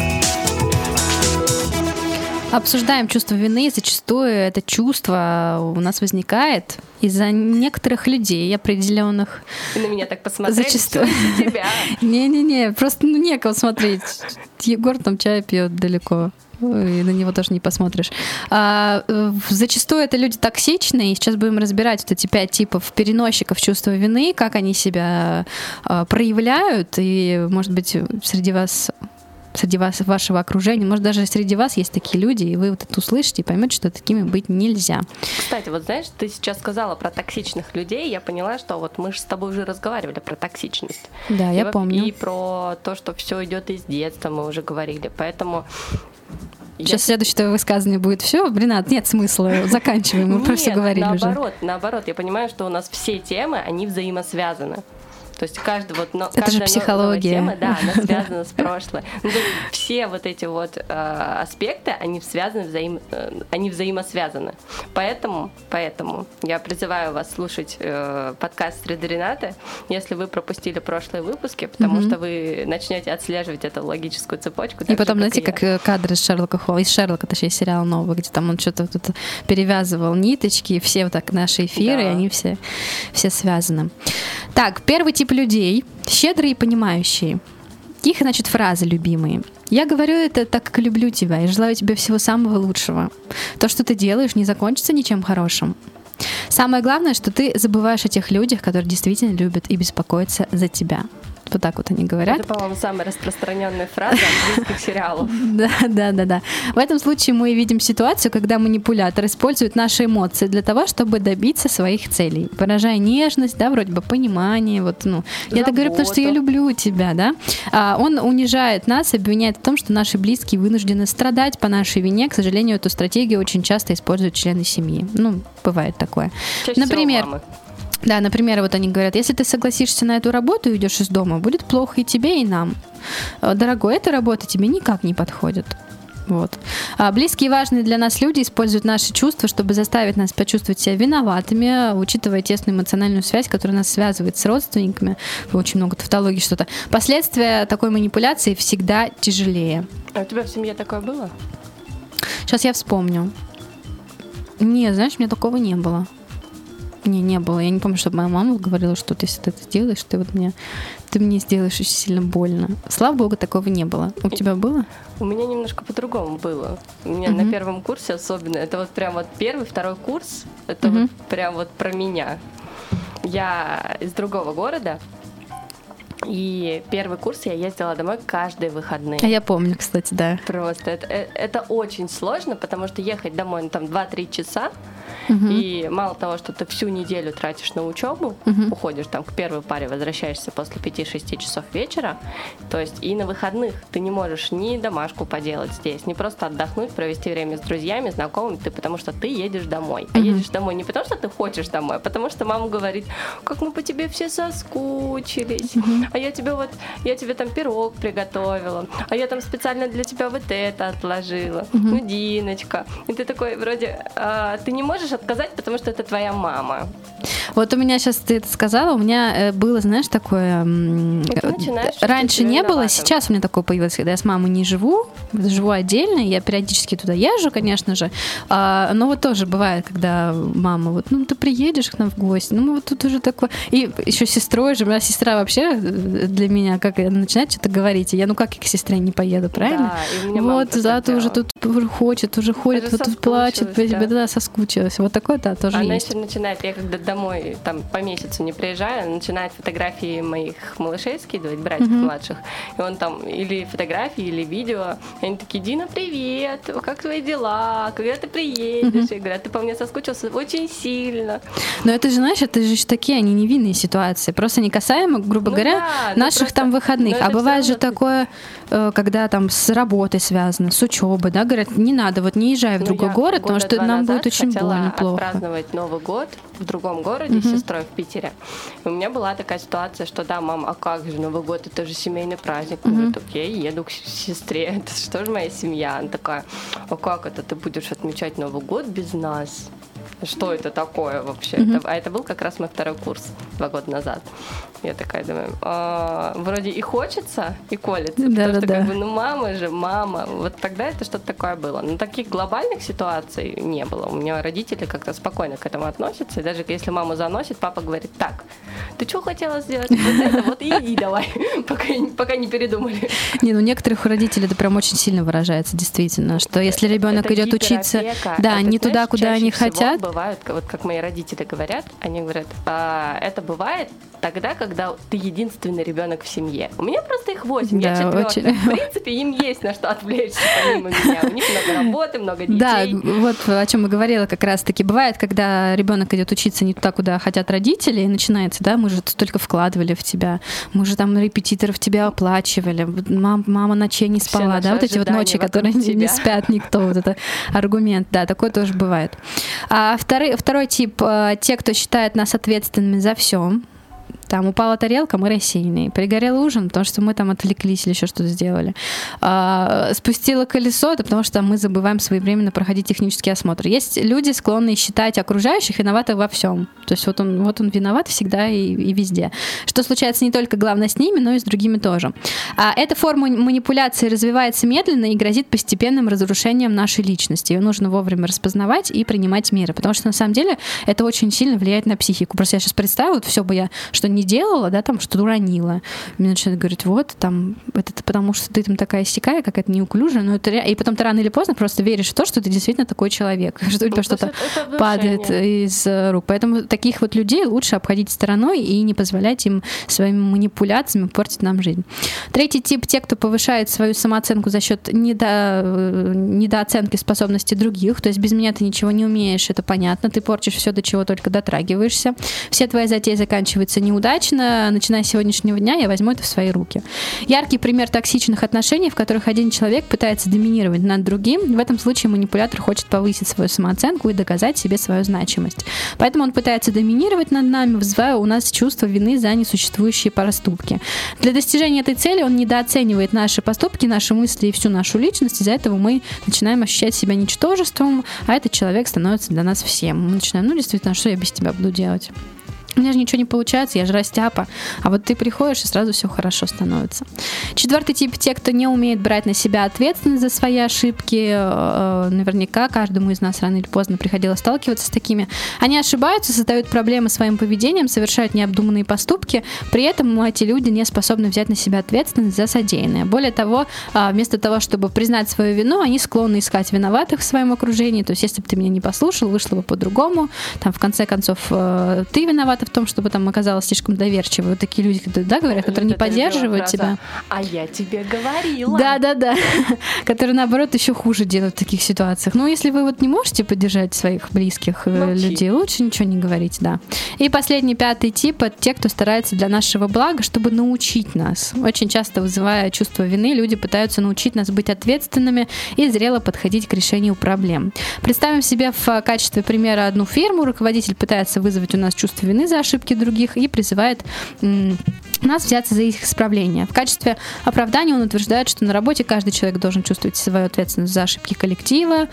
Обсуждаем чувство вины. Зачастую это чувство у нас возникает из-за некоторых людей определенных. И на меня так посмотрели, Зачастую. Все тебя. Не-не-не, просто ну, некого смотреть. Егор там чай пьет далеко. И на него тоже не посмотришь. А, зачастую это люди токсичные, и сейчас будем разбирать вот эти пять типов переносчиков чувства вины, как они себя а, проявляют, и, может быть, среди вас, среди вас, вашего окружения, может, даже среди вас есть такие люди, и вы вот это услышите и поймете, что такими быть нельзя. Кстати, вот знаешь, ты сейчас сказала про токсичных людей, я поняла, что вот мы же с тобой уже разговаривали про токсичность. Да, и я во- помню. И про то, что все идет из детства, мы уже говорили, поэтому... Сейчас я... следующее твое высказывание будет все, Ренат, нет смысла, заканчиваем, мы про все говорили уже. наоборот, наоборот, я понимаю, что у нас все темы, они взаимосвязаны. То есть каждый вот, но, это же психология. Тема, да, она связана с прошлым. Ну, все вот эти вот э, аспекты, они связаны, взаим, э, они взаимосвязаны. Поэтому, поэтому я призываю вас слушать э, подкаст «Среда Ренаты», если вы пропустили прошлые выпуски, потому mm-hmm. что вы начнете отслеживать эту логическую цепочку. И потом, же, знаете, как, как кадры из Шерлока Холмса, из Шерлока, точнее, сериал новый, где там он что-то тут перевязывал ниточки, и все вот так наши эфиры, да. они все, все связаны. Так, первый тип людей, щедрые и понимающие. Их, значит, фразы любимые. Я говорю это так, как люблю тебя и желаю тебе всего самого лучшего. То, что ты делаешь, не закончится ничем хорошим. Самое главное, что ты забываешь о тех людях, которые действительно любят и беспокоятся за тебя. Вот так вот они говорят. Это, по-моему, самая распространенная фраза английских сериалов. Да, да, да, да. В этом случае мы видим ситуацию, когда манипулятор использует наши эмоции для того, чтобы добиться своих целей, выражая нежность, да, вроде бы понимание, вот, ну, я так говорю, потому что я люблю тебя, да. А он унижает нас, обвиняет в том, что наши близкие вынуждены страдать по нашей вине. К сожалению, эту стратегию очень часто используют члены семьи. Ну, бывает такое. Чаще Например, всего мамы. Да, например, вот они говорят, если ты согласишься на эту работу и уйдешь из дома, будет плохо и тебе, и нам. Дорогой, эта работа тебе никак не подходит. Вот. А близкие и важные для нас люди используют наши чувства, чтобы заставить нас почувствовать себя виноватыми, учитывая тесную эмоциональную связь, которая нас связывает с родственниками. Очень много тавтологии что-то. Последствия такой манипуляции всегда тяжелее. А у тебя в семье такое было? Сейчас я вспомню. Не, знаешь, у меня такого не было. Не, не было. Я не помню, чтобы моя мама говорила, что ты, если ты это сделаешь, ты вот мне, ты мне сделаешь очень сильно больно. Слава богу, такого не было. У тебя было? У меня немножко по-другому было. У меня uh-huh. на первом курсе особенно, это вот прям вот первый, второй курс, это uh-huh. вот прям вот про меня. Я из другого города, и первый курс я ездила домой каждые выходные. А я помню, кстати, да. Просто это, это очень сложно, потому что ехать домой ну, там два-три часа, угу. и мало того, что ты всю неделю тратишь на учебу, угу. уходишь там к первой паре, возвращаешься после пяти-шести часов вечера, то есть и на выходных ты не можешь ни домашку поделать здесь, ни просто отдохнуть, провести время с друзьями, знакомыми, ты, потому что ты едешь домой. А угу. едешь домой не потому, что ты хочешь домой, а потому что мама говорит, как мы по тебе все соскучились. Угу. А я тебе вот, я тебе там пирог приготовила, а я там специально для тебя вот это отложила, uh-huh. ну, Диночка. И ты такой, вроде, а, ты не можешь отказать, потому что это твоя мама. Вот у меня сейчас, ты это сказала, у меня было, знаешь, такое... Раньше не было, сейчас у меня такое появилось, когда я с мамой не живу, живу отдельно, я периодически туда езжу, конечно же, а, но вот тоже бывает, когда мама, вот, ну, ты приедешь к нам в гости, ну, мы вот тут уже такое... И еще с сестрой же, моя сестра вообще... для меня, как она начинает что-то говорить, и я, ну как я к сестре не поеду, правильно? Да, и у меня вот, да, ты уже тут уже хочет, уже ходит, вот тут плачет, по тебе, да, соскучилась. Вот такое, да, тоже она есть. Она еще начинает, я когда домой, там, по месяцу не приезжаю, она начинает фотографии моих малышей скидывать, братьев mm-hmm. младших, и он там, или фотографии, или видео, и они такие, Дина, привет, как твои дела, когда ты приедешь? Mm-hmm. Я говорю, ты по мне соскучился очень сильно. Но это же, знаешь, это же такие, они невинные ситуации, просто не касаемо, грубо ну, говоря, да, наших просто, там выходных. А бывает же ты... такое, когда там с работой связано, с учебой, да, говорят, не надо, вот не езжай в ну, другой город, потому что нам будет очень больно, плохо. Я отпраздновать Новый год в другом городе uh-huh. с сестрой в Питере. И у меня была такая ситуация, что да, мам, а как же Новый год, это же семейный праздник. Uh-huh. Я говорю, окей, еду к сестре, это что же моя семья? Она такая, а как это, ты будешь отмечать Новый год без нас? Что это такое вообще? Mm-hmm. Это, а это был как раз мой второй курс два года назад. Я такая думаю, а, вроде и хочется, и колется. Да, потому да, что да. как бы, ну мама же, мама. Вот тогда это что-то такое было. Но таких глобальных ситуаций не было. У меня родители как-то спокойно к этому относятся. И даже если маму заносит, папа говорит, так, ты что хотела сделать? Вот это вот и иди давай, пока, пока не передумали. Не, ну у некоторых родителей это прям очень сильно выражается, действительно, что если ребенок это идет учиться, да, это, не знаешь, туда, куда они хотят. Бывают, вот как мои родители говорят, они говорят, а, это бывает тогда, когда ты единственный ребенок в семье. У меня просто их восемь, да, я четвертая. Очень... В принципе, им есть на что отвлечься помимо меня. У них много работы, много детей. Да, вот о чем я говорила как раз-таки. Бывает, когда ребенок идет учиться не туда, куда хотят родители, и начинается, да, мы же столько вкладывали в тебя, мы же там репетиторов тебя оплачивали, мам, мама ночей не спала, да, вот эти вот ночи, которые тебя. Не спят никто, вот это аргумент, да, такое тоже бывает. А второй, второй тип, те, кто считает нас ответственными за все. Там упала тарелка, мы рассеянные. Пригорел ужин, потому что мы там отвлеклись или еще что-то сделали. А, спустило колесо, это потому что мы забываем своевременно проходить технический осмотр. Есть люди, склонные считать окружающих виноваты во всем. То есть вот он, вот он виноват всегда и, и везде. Что случается не только, главное, с ними, но и с другими тоже. А эта форма манипуляции развивается медленно и грозит постепенным разрушением нашей личности. Ее нужно вовремя распознавать и принимать меры, потому что на самом деле это очень сильно влияет на психику. Просто я сейчас представила, вот все бы я что не сделала, да, там что-то уронила. Мне начинают говорить, вот, там, это потому что ты там такая сякая, какая-то неуклюжая, но это ре... и потом ты рано или поздно просто веришь в то, что ты действительно такой человек, что у тебя что-то падает из рук. Поэтому таких вот людей лучше обходить стороной и не позволять им своими манипуляциями портить нам жизнь. Третий тип — те, кто повышает свою самооценку за счет недо... недооценки способностей других. То есть без меня ты ничего не умеешь, это понятно, ты портишь все, до чего только дотрагиваешься. Все твои затеи заканчиваются неудачно. Начиная с сегодняшнего дня я возьму это в свои руки. Яркий пример токсичных отношений, в которых один человек пытается доминировать над другим. В этом случае манипулятор хочет повысить свою самооценку и доказать себе свою значимость. Поэтому он пытается доминировать над нами, вызывая у нас чувство вины за несуществующие поступки. Для достижения этой цели он недооценивает наши поступки, наши мысли и всю нашу личность. Из-за этого мы начинаем ощущать себя ничтожеством, а этот человек становится для нас всем. Мы начинаем, ну действительно, что я без тебя буду делать? У меня же ничего не получается, я же растяпа. А вот ты приходишь, и сразу все хорошо становится. Четвертый тип — те, кто не умеет брать на себя ответственность за свои ошибки. Наверняка каждому из нас рано или поздно приходилось сталкиваться с такими. Они ошибаются, создают проблемы своим поведением, совершают необдуманные поступки. При этом эти люди не способны взять на себя ответственность за содеянное. Более того, вместо того, чтобы признать свою вину, они склонны искать виноватых в своем окружении. То есть, если бы ты меня не послушал, вышло бы по-другому. Там, в конце концов, ты виноват в том, чтобы там оказалось слишком доверчивой. Вот такие люди, да, говорят, которые не поддерживают тебя. А я тебе говорила. Да-да-да. Которые, наоборот, еще хуже делают в таких ситуациях. Но если вы вот не можете поддержать своих близких Молчи. людей, лучше ничего не говорить, да. И последний, пятый тип — это те, кто старается для нашего блага, чтобы научить нас. Очень часто, вызывая чувство вины, люди пытаются научить нас быть ответственными и зрело подходить к решению проблем. Представим себе в качестве примера одну фирму. Руководитель пытается вызвать у нас чувство вины за ошибки других и призывает м- нас взяться за их исправление. В качестве оправдания он утверждает, что на работе каждый человек должен чувствовать свою ответственность за ошибки коллектива.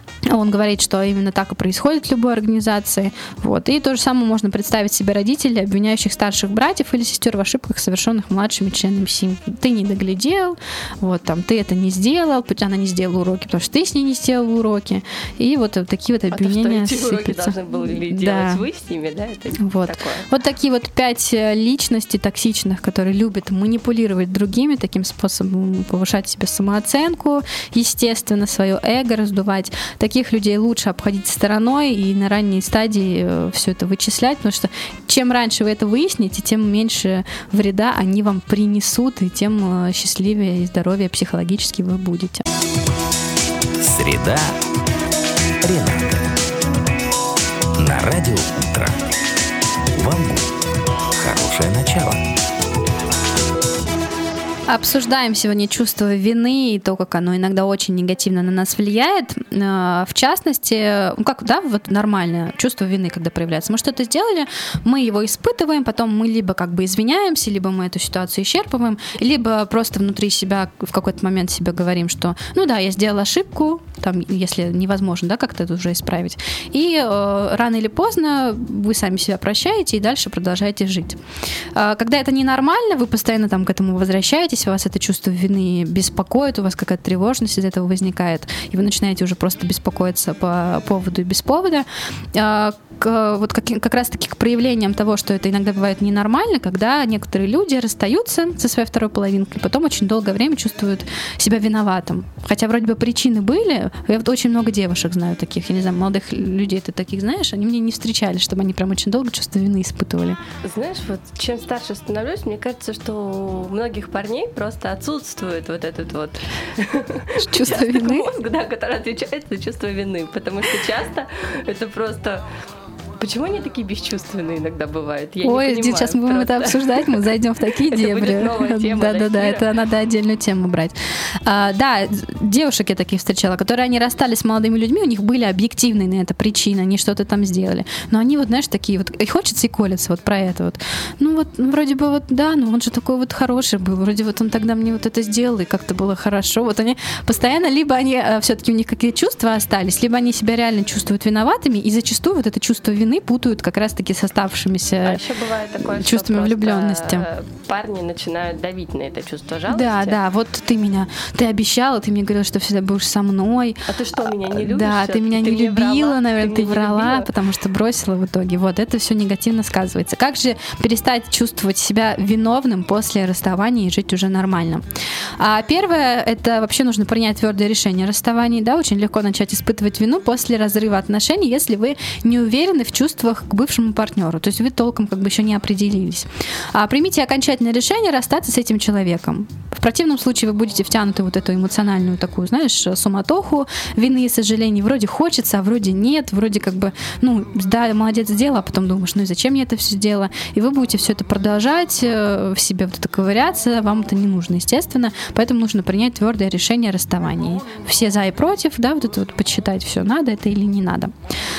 Он говорит, что именно так и происходит в любой организации. Вот. И то же самое можно представить себе родителей, обвиняющих старших братьев или сестер в ошибках, совершенных младшими членами семьи. Ты не доглядел, вот, там, ты это не сделал, она не сделала уроки, потому что ты с ней не сделал уроки. И вот такие вот обвинения а то, что эти уроки сыпятся. должны были делать да. вы с ними, да? Это вот. такое. Вот такие вот пять личностей токсичных, которые любят манипулировать другими, таким способом повышать себе самооценку, естественно, свое эго раздувать. Таких людей лучше обходить стороной и на ранней стадии все это вычислять, потому что чем раньше вы это выясните, тем меньше вреда они вам принесут, и тем счастливее и здоровее психологически вы будете. Среда Ренаты. На радио «Утро». Вам хорошее начало. Обсуждаем сегодня чувство вины и то, как оно иногда очень негативно на нас влияет. В частности, ну как, да, вот нормальное чувство вины, когда проявляется. Мы что-то сделали, мы его испытываем, потом мы либо как бы извиняемся, либо мы эту ситуацию исчерпываем, либо просто внутри себя в какой-то момент себе говорим, что ну да, я сделала ошибку, там, если невозможно, да, как-то это уже исправить. И э, рано или поздно вы сами себя прощаете и дальше продолжаете жить. Э, когда это ненормально, вы постоянно там к этому возвращаетесь, у вас это чувство вины беспокоит, у вас какая-то тревожность из этого возникает, и вы начинаете уже просто беспокоиться по поводу и без повода. Э, к, вот как, как раз-таки к проявлениям того, что это иногда бывает ненормально, когда некоторые люди расстаются со своей второй половинкой, потом очень долгое время чувствуют себя виноватым. Хотя вроде бы причины были. Я вот очень много девушек знаю таких, я не знаю, молодых людей ты таких знаешь, они мне не встречались, чтобы они прям очень долго чувство вины испытывали. Знаешь, вот чем старше становлюсь, мне кажется, что у многих парней просто отсутствует вот этот вот чувство вины, мозг, да, который отвечает за чувство вины, потому что часто это просто... Почему они такие бесчувственные иногда бывают? Я Ой, не понимаю, сейчас мы будем просто. это обсуждать, мы зайдем в такие дебри. Да-да-да, это надо отдельную тему брать. А, да, девушек я таких встречала, которые они расстались с молодыми людьми, у них были объективные на это причины, они что-то там сделали. Но они вот, знаешь, такие вот, и хочется и колется вот про это вот. Ну вот, вроде бы вот, да, но он же такой вот хороший был, вроде вот он тогда мне вот это сделал, и как-то было хорошо. Вот они постоянно, либо они, все-таки у них какие-то чувства остались, либо они себя реально чувствуют виноватыми, и зачастую вот это чувство вины вины путают как раз-таки с оставшимися а еще бывает такое, чувствами влюбленности. Парни начинают давить на это чувство жалости. Да, да, вот ты меня, ты обещала, ты мне говорила, что всегда будешь со мной. А ты что, меня не любишь? Да, ты меня ты не любила, врала, наверное, ты, ты врала, потому что бросила в итоге. Вот, это все негативно сказывается. Как же перестать чувствовать себя виновным после расставания и жить уже нормально? А первое, это вообще нужно принять твердое решение о расставании, да, очень легко начать испытывать вину после разрыва отношений, если вы не уверены в чувствах к бывшему партнеру, то есть вы толком как бы еще не определились. А примите окончательное решение расстаться с этим человеком. В противном случае вы будете втянуты в вот эту эмоциональную такую, знаешь, суматоху вины и сожалений. Вроде хочется, а вроде нет, вроде как бы, ну, да, молодец, сделала, а потом думаешь, ну и зачем я это все сделала? И вы будете все это продолжать, в себе вот это ковыряться, вам это не нужно, естественно, поэтому нужно принять твердое решение о расставании. Все за и против, да, вот это вот подсчитать все, надо это или не надо.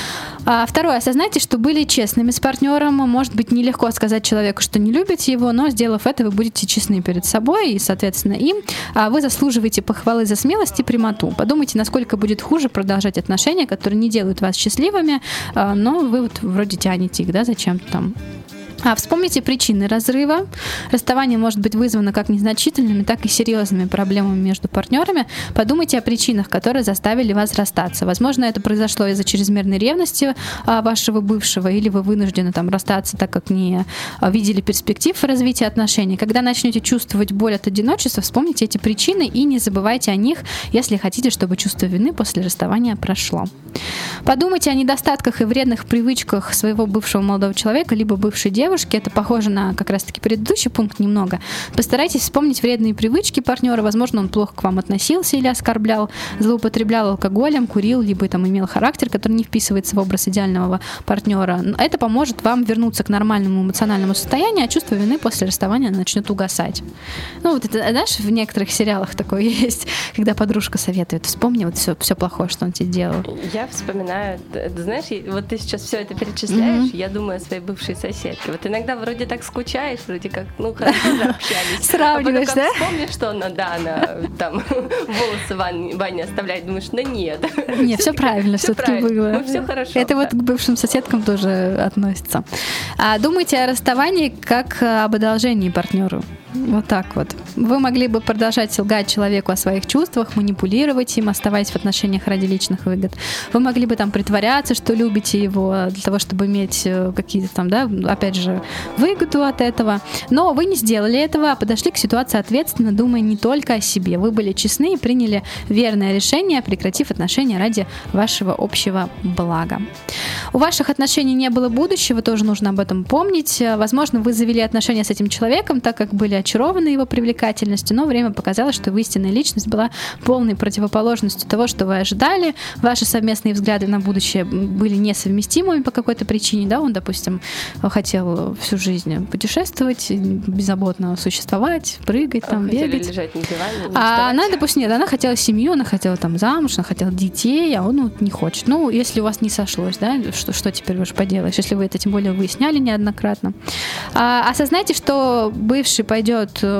А второе, осознайте, что были честными с партнером. Может быть, нелегко сказать человеку, что не любите его, но, сделав это, вы будете честны перед собой и, соответственно, им. А вы заслуживаете похвалы за смелость и прямоту. Подумайте, насколько будет хуже продолжать отношения, которые не делают вас счастливыми, но вы вот вроде тянете их, да, зачем-то там. А вспомните причины разрыва. Расставание может быть вызвано как незначительными, так и серьезными проблемами между партнерами. Подумайте о причинах, которые заставили вас расстаться. Возможно, это произошло из-за чрезмерной ревности вашего бывшего, или вы вынуждены там расстаться, так как не видели перспектив развития отношений. Когда начнете чувствовать боль от одиночества, вспомните эти причины и не забывайте о них, если хотите, чтобы чувство вины после расставания прошло. Подумайте о недостатках и вредных привычках своего бывшего молодого человека, либо бывшей девушки. Это похоже на как раз-таки предыдущий пункт немного. Постарайтесь вспомнить вредные привычки партнера. Возможно, он плохо к вам относился или оскорблял, злоупотреблял алкоголем, курил, либо там имел характер, который не вписывается в образ идеального партнера. Это поможет вам вернуться к нормальному эмоциональному состоянию, а чувство вины после расставания начнет угасать. Ну, вот это, знаешь, в некоторых сериалах такое есть, когда подружка советует: вспомни вот все, все плохое, что он тебе делал. Я вспоминаю, ты знаешь, вот ты сейчас все это перечисляешь, mm-hmm. я думаю о своей бывшей соседке. Вот иногда вроде так скучаешь, вроде как, ну, хорошо общались. Сравниваешь, а да? Вспомнишь, что она, да, она там волосы в ванне оставляет, думаешь, да нет. Нет, все правильно все-таки было. Ну, все хорошо. Это вот к бывшим соседкам тоже относится. А думайте о расставании как об одолжении партнеру. Вот так вот. Вы могли бы продолжать лгать человеку о своих чувствах, манипулировать им, оставаясь в отношениях ради личных выгод. Вы могли бы там притворяться, что любите его, для того, чтобы иметь какие-то там, да, опять же, выгоду от этого. Но вы не сделали этого, а подошли к ситуации ответственно, думая не только о себе. Вы были честны и приняли верное решение, прекратив отношения ради вашего общего блага. У ваших отношений не было будущего, тоже нужно об этом помнить. Возможно, вы завели отношения с этим человеком, так как были очарованы его привлекательностью, но время показало, что вы истинная личность была полной противоположностью того, что вы ожидали. Ваши совместные взгляды на будущее были несовместимыми по какой-то причине. Да? Он, допустим, хотел всю жизнь путешествовать, беззаботно существовать, прыгать, там, бегать. Лежать на диване, а она, допустим, нет, она хотела семью, она хотела там замуж, она хотела детей, а он ну, не хочет. Ну, если у вас не сошлось, да, что, что теперь уж поделаешь, если вы это тем более выясняли неоднократно. А, осознайте, что бывший пойдет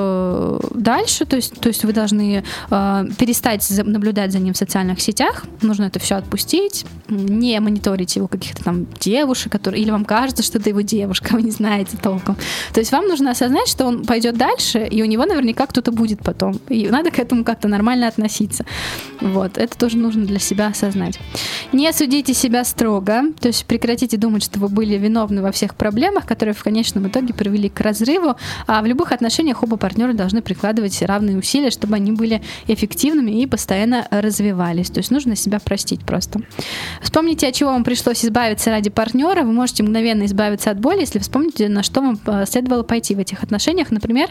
дальше, то есть, то есть вы должны э, перестать наблюдать за ним в социальных сетях, нужно это все отпустить, не мониторить его каких-то там девушек, которые, или вам кажется, что это его девушка, вы не знаете толком. То есть вам нужно осознать, что он пойдет дальше, и у него наверняка кто-то будет потом, и надо к этому как-то нормально относиться. Вот, это тоже нужно для себя осознать. Не судите себя строго, то есть прекратите думать, что вы были виновны во всех проблемах, которые в конечном итоге привели к разрыву, а в любых отношениях оба партнера должны прикладывать равные усилия, чтобы они были эффективными и постоянно развивались. То есть нужно себя простить просто. Вспомните, от чего вам пришлось избавиться ради партнера. Вы можете мгновенно избавиться от боли, если вспомните, на что вам следовало пойти в этих отношениях. Например,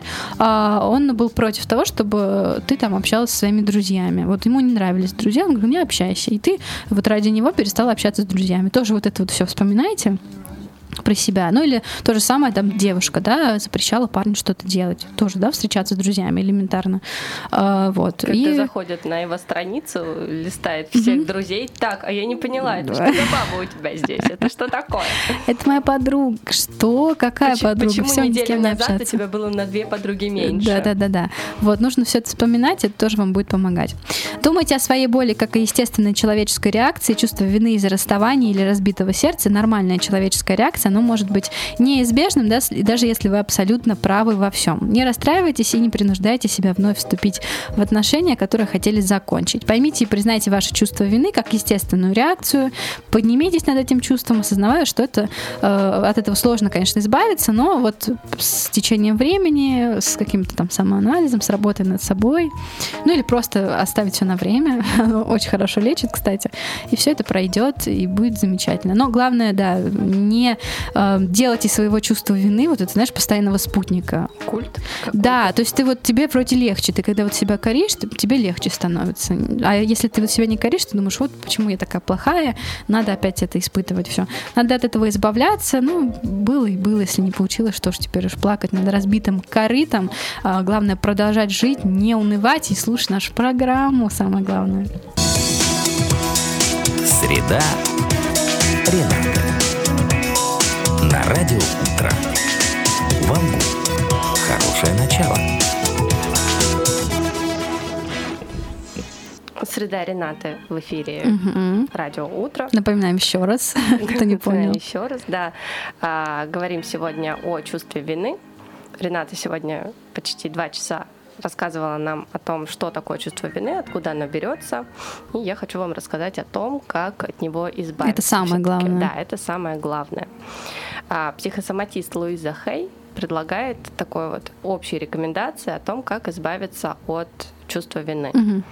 он был против того, чтобы ты там общалась со своими друзьями. Вот ему не нравились друзья, он говорит, не общайся. И ты вот ради него перестала общаться с друзьями. Тоже вот это вот все вспоминаете. про себя. Ну или то же самое, там, девушка, да, запрещала парню что-то делать. Тоже, да, встречаться с друзьями элементарно. А, вот. Когда и... заходит на его страницу, листает всех mm-hmm. друзей. Так, а я не поняла, это что за баба у тебя здесь? Это что такое? Это моя подруга. Что? Какая почему, подруга? Почему Всё, неделю не назад общаться. у тебя было на две подруги меньше? Да-да-да. Вот, нужно все это вспоминать, это тоже вам будет помогать. Думайте о своей боли как о естественной человеческой реакции. Чувство вины из-за расставания или разбитого сердца — нормальная человеческая реакция. Оно может быть неизбежным, да, даже если вы абсолютно правы во всем. Не расстраивайтесь и не принуждайте себя вновь вступить в отношения, которые хотели закончить. Поймите и признайте ваше чувство вины как естественную реакцию. Поднимитесь над этим чувством, осознавая, что это, э, от этого сложно, конечно, избавиться, но вот с течением времени, с каким-то там самоанализом, с работой над собой, ну или просто оставить все на время, оно очень хорошо лечит, кстати, и все это пройдет, и будет замечательно. Но главное, да, не э, делать из своего чувства вины вот это, знаешь, постоянного спутника. Культ? Какой-то. Да, то есть ты вот, тебе вроде легче, ты когда вот себя коришь, ты, тебе легче становится. А если ты вот себя не коришь, ты думаешь, вот почему я такая плохая, надо опять это испытывать, все. Надо от этого избавляться, ну, было и было, если не получилось, что ж теперь уж плакать над разбитым корытом. А, главное продолжать жить, не унывать и слушать нашу программу, самое главное. Среда Ренаты. На радио «Утро». Вам хорошее начало. Среда Ренаты в эфире Угу. радио «Утро». Напоминаем еще раз, кто не понял. Еще раз, да. А, говорим сегодня о чувстве вины. Рената сегодня почти два часа рассказывала нам о том, что такое чувство вины, откуда оно берется. И я хочу вам рассказать о том, как от него избавиться. Это самое Всё-таки, главное. Да, это самое главное. А, психосоматист Луиза Хей предлагает такой вот общие рекомендации о том, как избавиться от чувства вины. Угу.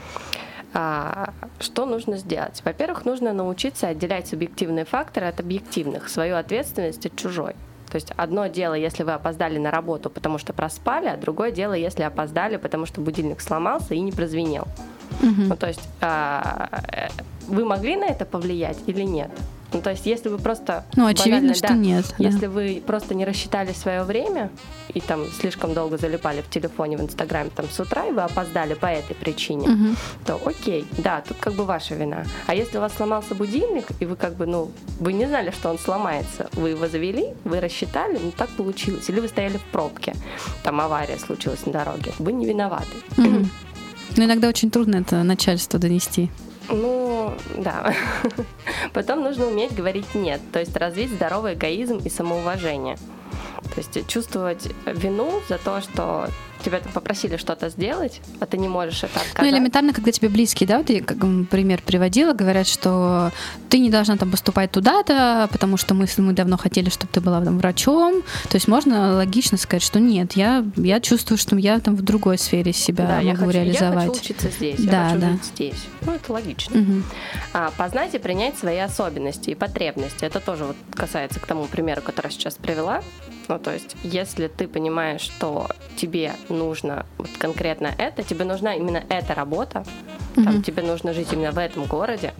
А, что нужно сделать? Во-первых, нужно научиться отделять субъективные факторы от объективных, свою ответственность от чужой. То есть одно дело, если вы опоздали на работу, потому что проспали, а другое дело, если опоздали, потому что будильник сломался и не прозвенел. Угу. Ну, то есть а, вы могли на это повлиять или нет? Ну, то есть, если вы просто... Ну, очевидно, банально, что да, нет. Если да. вы просто не рассчитали свое время и там слишком долго залипали в телефоне, в Инстаграме там с утра, и вы опоздали по этой причине, Угу. то окей, да, тут как бы ваша вина. А если у вас сломался будильник, и вы как бы, ну, вы не знали, что он сломается, вы его завели, вы рассчитали, ну, так получилось. Или вы стояли в пробке, там авария случилась на дороге, вы не виноваты. Угу. Но иногда очень трудно это начальству донести. Ну, да. Потом нужно уметь говорить «нет», то есть развить здоровый эгоизм и самоуважение. То есть чувствовать вину за то, что тебя там попросили что-то сделать, а ты не можешь это отказать. Ну, элементарно, когда тебе близкие, да, вот я как пример приводила, говорят, что ты не должна там поступать туда-то, потому что мы, мы давно хотели, чтобы ты была там врачом. То есть можно логично сказать, что нет, я, я чувствую, что я там в другой сфере себя да, могу я хочу, реализовать. Я хочу учиться здесь, да, я хочу да. жить здесь. Ну, это логично. Угу. А, познать и принять свои особенности и потребности. Это тоже вот касается к тому примеру, который я сейчас привела. Ну, то есть, если ты понимаешь, что тебе нужно вот конкретно это, тебе нужна именно эта работа, mm-hmm. там, тебе нужно жить именно в этом городе,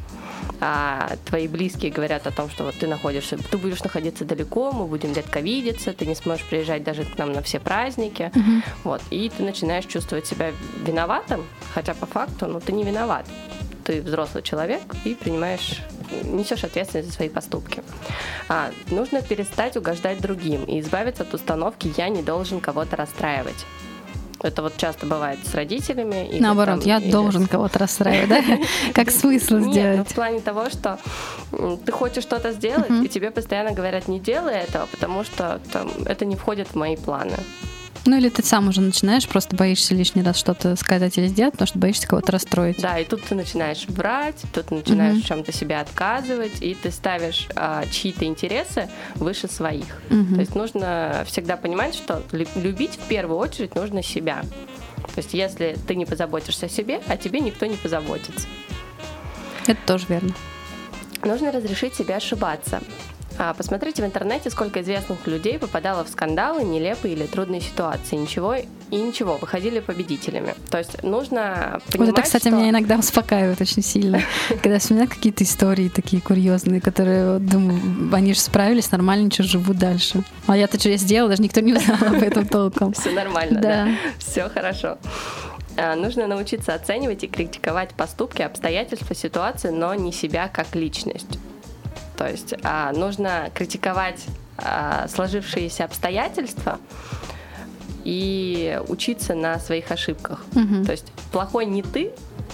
а твои близкие говорят о том, что вот ты находишься, ты будешь находиться далеко, мы будем редко видеться, ты не сможешь приезжать даже к нам на все праздники, mm-hmm. вот, и ты начинаешь чувствовать себя виноватым, хотя по факту, ну, ты не виноват. Ты взрослый человек и принимаешь, несешь ответственность за свои поступки. А, нужно перестать угождать другим и избавиться от установки «я не должен кого-то расстраивать». Это вот часто бывает с родителями. Или наоборот, там, я или... должен кого-то расстраивать, да? Как смысл сделать? Нет, в плане того, что ты хочешь что-то сделать, и тебе постоянно говорят «не делай этого», потому что это не входит в мои планы. Ну или ты сам уже начинаешь, просто боишься лишний раз что-то сказать или сделать, потому что боишься кого-то расстроить. Да, и тут ты начинаешь врать, тут ты начинаешь uh-huh. в чем-то себя отказывать, и ты ставишь а, чьи-то интересы выше своих. Uh-huh. То есть нужно всегда понимать, что любить в первую очередь нужно себя. То есть если ты не позаботишься о себе, о тебе никто не позаботится. Это тоже верно. Нужно разрешить себе ошибаться. А, посмотрите в интернете, сколько известных людей попадало в скандалы, нелепые или трудные ситуации. Ничего и ничего, выходили победителями. То есть нужно понимать, Вот это, кстати, что... меня иногда успокаивает очень сильно. Когда вспоминаю какие-то истории такие курьезные, которые, вот, думаю, они же справились, нормально, ничего, живут дальше. А я-то что я сделала, даже никто не узнал об этом толком. Все нормально, Да. да? Все хорошо. А, Нужно научиться оценивать и критиковать поступки, обстоятельства, ситуации, но не себя как личность. То есть а, нужно критиковать а, сложившиеся обстоятельства и учиться на своих ошибках. Мгм. То есть плохой не ты,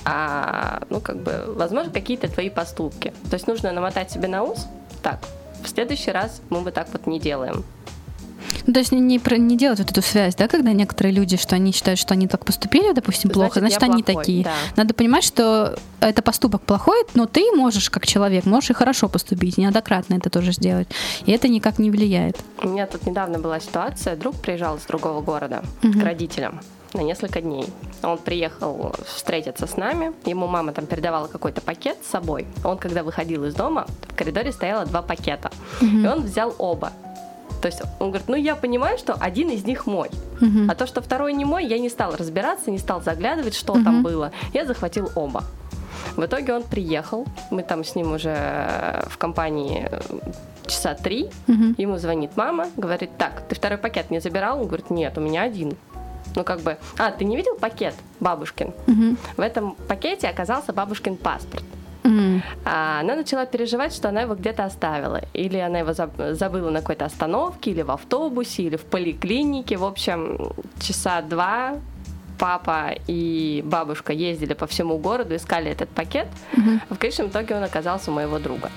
а, ну, как бы, возможно, какие-то твои поступки. То есть нужно намотать себе на ус. Так, в следующий раз мы вот так вот не делаем. Ну, то есть не, не, про- не делать вот эту связь, да, когда некоторые люди, что они считают, что они так поступили, допустим, плохо, Значит, значит, я они плохой, такие. да. Надо понимать, что это поступок плохой, но ты можешь, как человек, можешь и хорошо поступить, неоднократно это тоже сделать. И это никак не влияет. У меня тут недавно была ситуация, друг приезжал из другого города Мгм. к родителям на несколько дней. Он приехал встретиться с нами, ему мама там передавала какой-то пакет с собой. Он, когда выходил из дома, в коридоре стояло два пакета, и он взял оба. То есть он говорит, ну я понимаю, что один из них мой, Мгм. а то, что второй не мой, я не стал разбираться, не стал заглядывать, что Мгм. там было. Я захватил оба. В итоге он приехал, мы там с ним уже в компании часа три, Мгм. ему звонит мама, говорит, так, ты второй пакет не забирал? Он говорит, нет, у меня один. Ну как бы, а, ты не видел пакет бабушкин? Мгм. В этом пакете оказался бабушкин паспорт. Мгм. А она начала переживать, что она его где-то оставила. Или она его заб- забыла на какой-то остановке, или в автобусе, или в поликлинике. В общем, часа два папа и бабушка ездили по всему городу, искали этот пакет. Мгм. В конечном итоге он оказался у моего друга.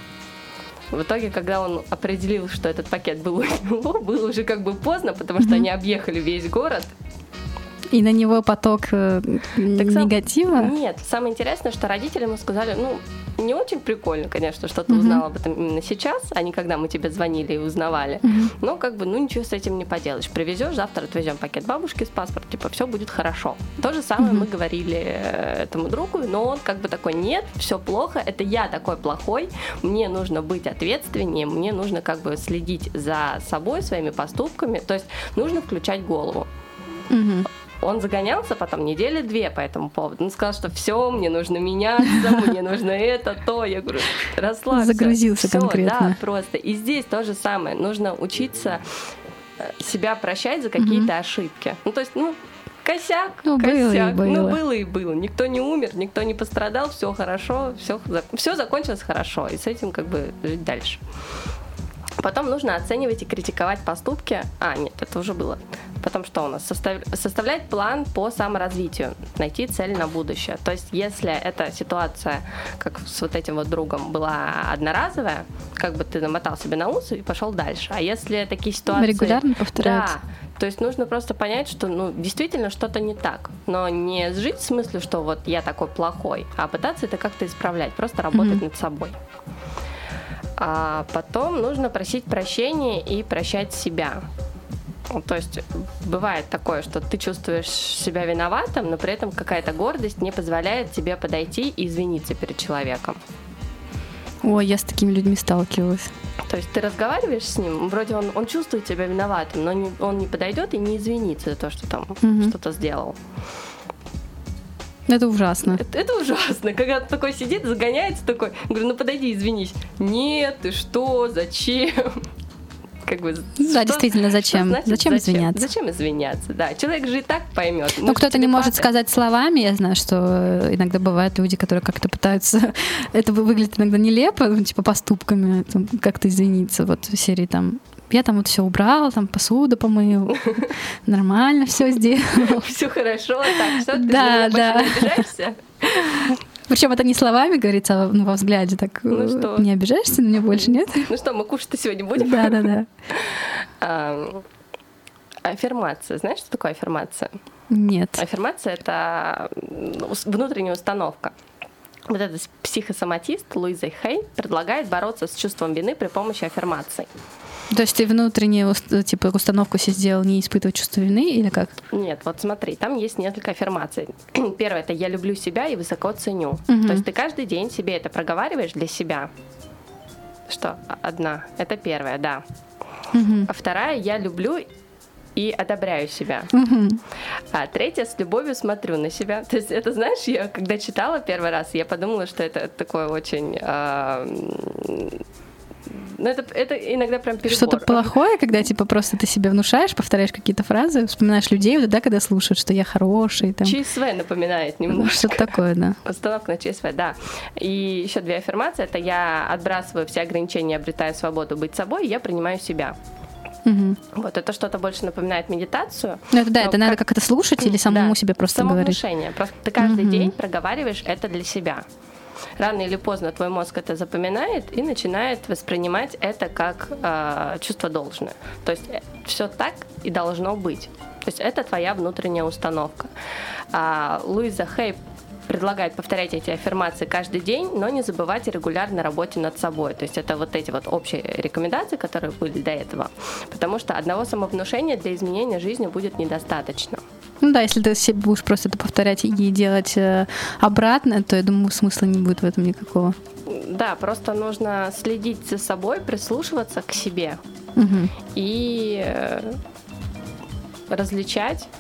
В итоге, когда он определил, что этот пакет был у него, было уже как бы поздно, потому что они объехали весь город. И на него поток э, Так сам- негатива. Нет, самое интересное, что родители ему сказали, ну, не очень прикольно, конечно, что ты Мгм. узнал об этом именно сейчас, а не когда мы тебе звонили и узнавали. Мгм. Но как бы, ну, ничего с этим не поделаешь. Привезешь, завтра отвезем пакет бабушки с паспортом, типа, все будет хорошо. То же самое Мгм. мы говорили э, этому другу, но он как бы такой, нет, все плохо, это я такой плохой, мне нужно быть ответственнее, мне нужно как бы следить за собой, своими поступками, то есть нужно включать голову. Мгм. Он загонялся потом недели две по этому поводу. Он сказал, что все, мне нужно меняться, мне нужно это, то. Я говорю, расслабься. Загрузился Всё, конкретно. Да, просто. И здесь то же самое. Нужно учиться э, себя прощать за какие-то ошибки. Ну, то есть, ну, косяк, Ну, было и косяк. было. Ну, было и было. Никто не умер, никто не пострадал, все хорошо, все, все закончилось хорошо. И с этим как бы жить дальше. Потом нужно оценивать и критиковать поступки. А, нет, это уже было. Потом что у нас? Состав... Составлять план по саморазвитию, найти цель на будущее. То есть, если эта ситуация, как с вот этим вот другом, была одноразовая, как бы ты намотал себе на ус и пошел дальше. А если такие ситуации... Регулярно повторяются. Да. То есть нужно просто понять, что ну, действительно что-то не так. Но не жить в смысле, что вот я такой плохой, а пытаться это как-то исправлять, просто работать Мгм. над собой. А потом нужно просить прощения и прощать себя. Ну, то есть бывает такое, что ты чувствуешь себя виноватым, но при этом какая-то гордость не позволяет тебе подойти и извиниться перед человеком. Ой, я с такими людьми сталкивалась. То есть ты разговариваешь с ним, вроде он, он чувствует себя виноватым, но не- он не подойдет и не извинится за то, что там Мгм. что-то сделал. Это ужасно. Это, это ужасно, когда ты такой сидит, загоняется такой, говорю, ну подойди, извинись. Нет, ты что, зачем? Как бы, Да, что- действительно, зачем? что значит Зачем извиняться? Зачем извиняться? Да, человек же и так поймет. Ну, кто-то не может сказать словами. Я знаю, что э, иногда бывают люди, которые как-то пытаются... Это вы- выглядит иногда нелепо, ну, типа поступками, там, как-то извиниться. Вот в серии там... Я там вот все убрал, там посуду помыл, нормально все сделал. Все хорошо, так, что ты Да, на меня да. больше не обижаешься? Причем это не словами говорится, а ну, во взгляде так. Ну э, что? Не обижаешься на меня больше, нет? Ну что, мы кушать-то сегодня будем? Да, да, да. А, Аффирмация. Знаешь, что такое аффирмация? Нет. Аффирмация — это ус- внутренняя установка. Вот этот психосоматист Луиза Хей предлагает бороться с чувством вины при помощи аффирмаций. То есть ты внутреннюю ус- типа установку себе сделал не испытывать чувство вины или как? Нет, вот смотри, там есть несколько аффирмаций. Первое — это «я люблю себя и высоко ценю». Мгм. То есть ты каждый день себе это проговариваешь для себя. что одна. Это первая, да. Угу. А вторая, я люблю и одобряю себя. Угу. А третье, с любовью смотрю на себя. То есть это, знаешь, я когда читала первый раз, я подумала, что это такое очень... Э, ну, это, это иногда прям перебор. Что-то плохое, когда, типа, просто ты себе внушаешь, повторяешь какие-то фразы, вспоминаешь людей, вот, да, когда слушают, что я хороший. Там. ЧСВ напоминает немножко. Что-то такое, да. Установка на ЧСВ, да. И еще две аффирмации. Это я отбрасываю все ограничения, обретаю свободу быть собой, и я принимаю себя. Угу. Вот, это что-то больше напоминает медитацию. Ну, это да, это как... надо как-то слушать или самому да, себе просто говорить? Самовнушение. Просто ты каждый угу. день проговариваешь это для себя. Рано или поздно твой мозг это запоминает и начинает воспринимать это как э, чувство должное. То есть все так и должно быть. То есть это твоя внутренняя установка. А, Луиза Хей предлагает повторять эти аффирмации каждый день, но не забывать о регулярной работе над собой. То есть это вот эти вот общие рекомендации, которые были до этого. Потому что одного самовнушения для изменения жизни будет недостаточно. Ну да, если ты себе будешь просто это повторять и делать э, обратно, то, я думаю, смысла не будет в этом никакого. Да, просто нужно следить за собой, прислушиваться к себе угу. и э, различать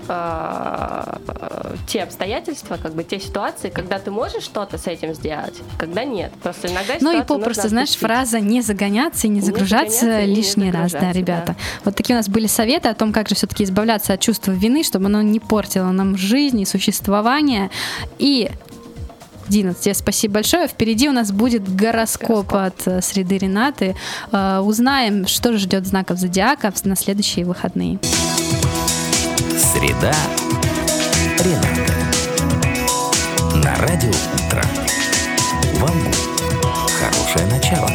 те обстоятельства, как бы те ситуации, когда ты можешь что-то с этим сделать, когда нет. Просто иногда ну и попросту, знаешь, фраза «не загоняться и не, не загружаться, загоняться лишний не раз», да, ребята. Да. Вот такие у нас были советы о том, как же все-таки избавляться от чувства вины, чтобы оно не портило нам жизнь и существование. И Дина, тебе спасибо большое. Впереди у нас будет гороскоп, гороскоп. от Среды Ренаты. Узнаем, что же ждет знаков зодиака на следующие выходные. Среда Ренаты. На радио «Утро». Вам хорошее начало.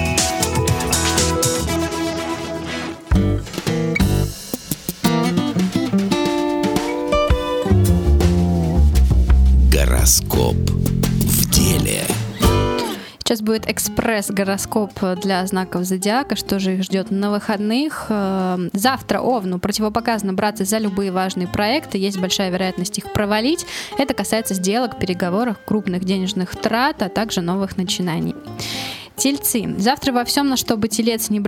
Гороскоп в деле. Сейчас будет экспресс-гороскоп для знаков зодиака, что же их ждет на выходных. Завтра Овну противопоказано браться за любые важные проекты, есть большая вероятность их провалить. Это касается сделок, переговоров, крупных денежных трат, а также новых начинаний. Тельцы. Завтра во всем, на что бы телец не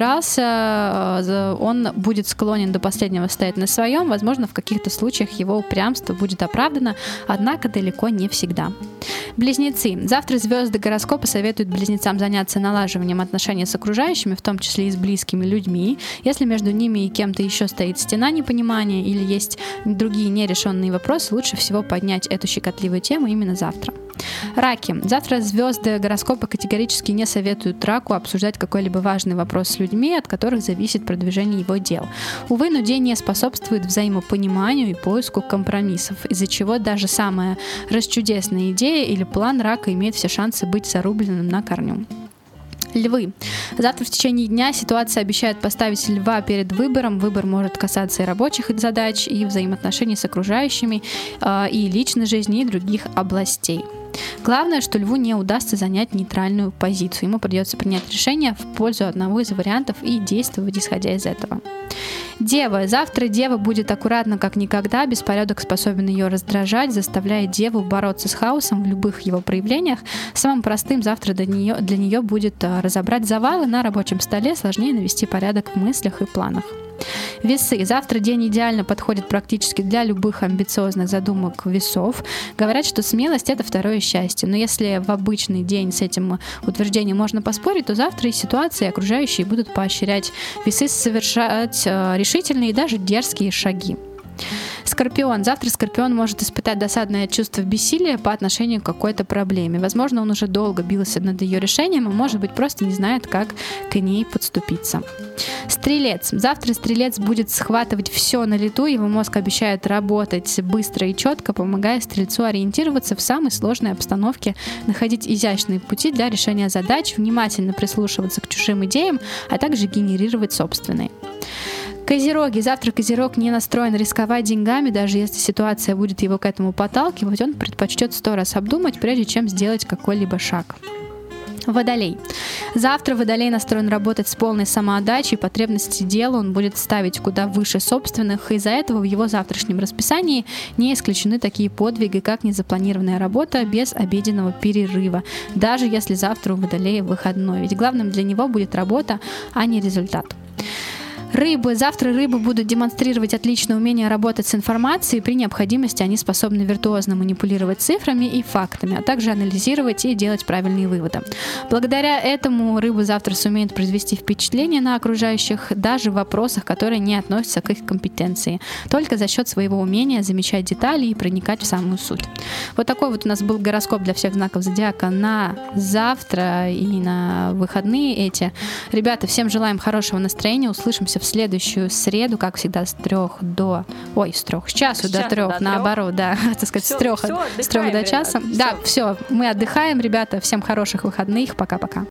брался, он будет склонен до последнего стоять на своем. Возможно, в каких-то случаях его упрямство будет оправдано, однако далеко не всегда. Близнецы. Завтра звезды гороскопа советуют близнецам заняться налаживанием отношений с окружающими, в том числе и с близкими людьми. Если между ними и кем-то еще стоит стена непонимания или есть другие нерешенные вопросы, лучше всего поднять эту щекотливую тему именно завтра. Раки. Завтра звезды гороскопа категорически не советуют раку обсуждать какой-либо важный вопрос с людьми, от которых зависит продвижение его дел. Увы, но день не способствует взаимопониманию и поиску компромиссов, из-за чего даже самая расчудесная идея или план рака имеет все шансы быть зарубленным на корню. Львы. Завтра в течение дня ситуация обещает поставить льва перед выбором. Выбор может касаться и рабочих задач, и взаимоотношений с окружающими, и личной жизни, и других областей. Главное, что льву не удастся занять нейтральную позицию. Ему придется принять решение в пользу одного из вариантов и действовать исходя из этого. Дева. Завтра дева будет аккуратна как никогда. Беспорядок способен ее раздражать, заставляя деву бороться с хаосом в любых его проявлениях. Самым простым завтра для нее, для нее будет разобрать завалы на рабочем столе, сложнее навести порядок в мыслях и планах. Весы. Завтра день идеально подходит практически для любых амбициозных задумок весов. Говорят, что смелость — это второе счастье. Но если в обычный день с этим утверждением можно поспорить, то завтра и ситуации окружающие будут поощрять весы совершать решительные и даже дерзкие шаги. Скорпион. Завтра Скорпион может испытать досадное чувство бессилия по отношению к какой-то проблеме. Возможно, он уже долго бился над ее решением, а может быть, просто не знает, как к ней подступиться. Стрелец. Завтра Стрелец будет схватывать все на лету, его мозг обещает работать быстро и четко, помогая Стрельцу ориентироваться в самой сложной обстановке, находить изящные пути для решения задач, внимательно прислушиваться к чужим идеям, а также генерировать собственные. Козероги. Завтра Козерог не настроен рисковать деньгами, даже если ситуация будет его к этому подталкивать, он предпочтет сто раз обдумать, прежде чем сделать какой-либо шаг. Водолей. Завтра Водолей настроен работать с полной самоотдачей, потребности дела он будет ставить куда выше собственных. Из-за этого в его завтрашнем расписании не исключены такие подвиги, как незапланированная работа без обеденного перерыва, даже если завтра у Водолея выходной. Ведь главным для него будет работа, а не результат. Рыбы. Завтра рыбы будут демонстрировать отличное умение работать с информацией. При необходимости они способны виртуозно манипулировать цифрами и фактами, а также анализировать и делать правильные выводы. Благодаря этому рыбы завтра сумеют произвести впечатление на окружающих даже в вопросах, которые не относятся к их компетенции, только за счет своего умения замечать детали и проникать в самую суть. Вот такой вот у нас был гороскоп для всех знаков зодиака на завтра и на выходные эти. Ребята, всем желаем хорошего настроения. Услышимся в следующую среду, как всегда, с трех до... Ой, с трех, с часу с до трех, наоборот, да, так сказать, все, с трех, все, с трех до часа. Все. Да, все, мы отдыхаем, ребята, всем хороших выходных, пока-пока.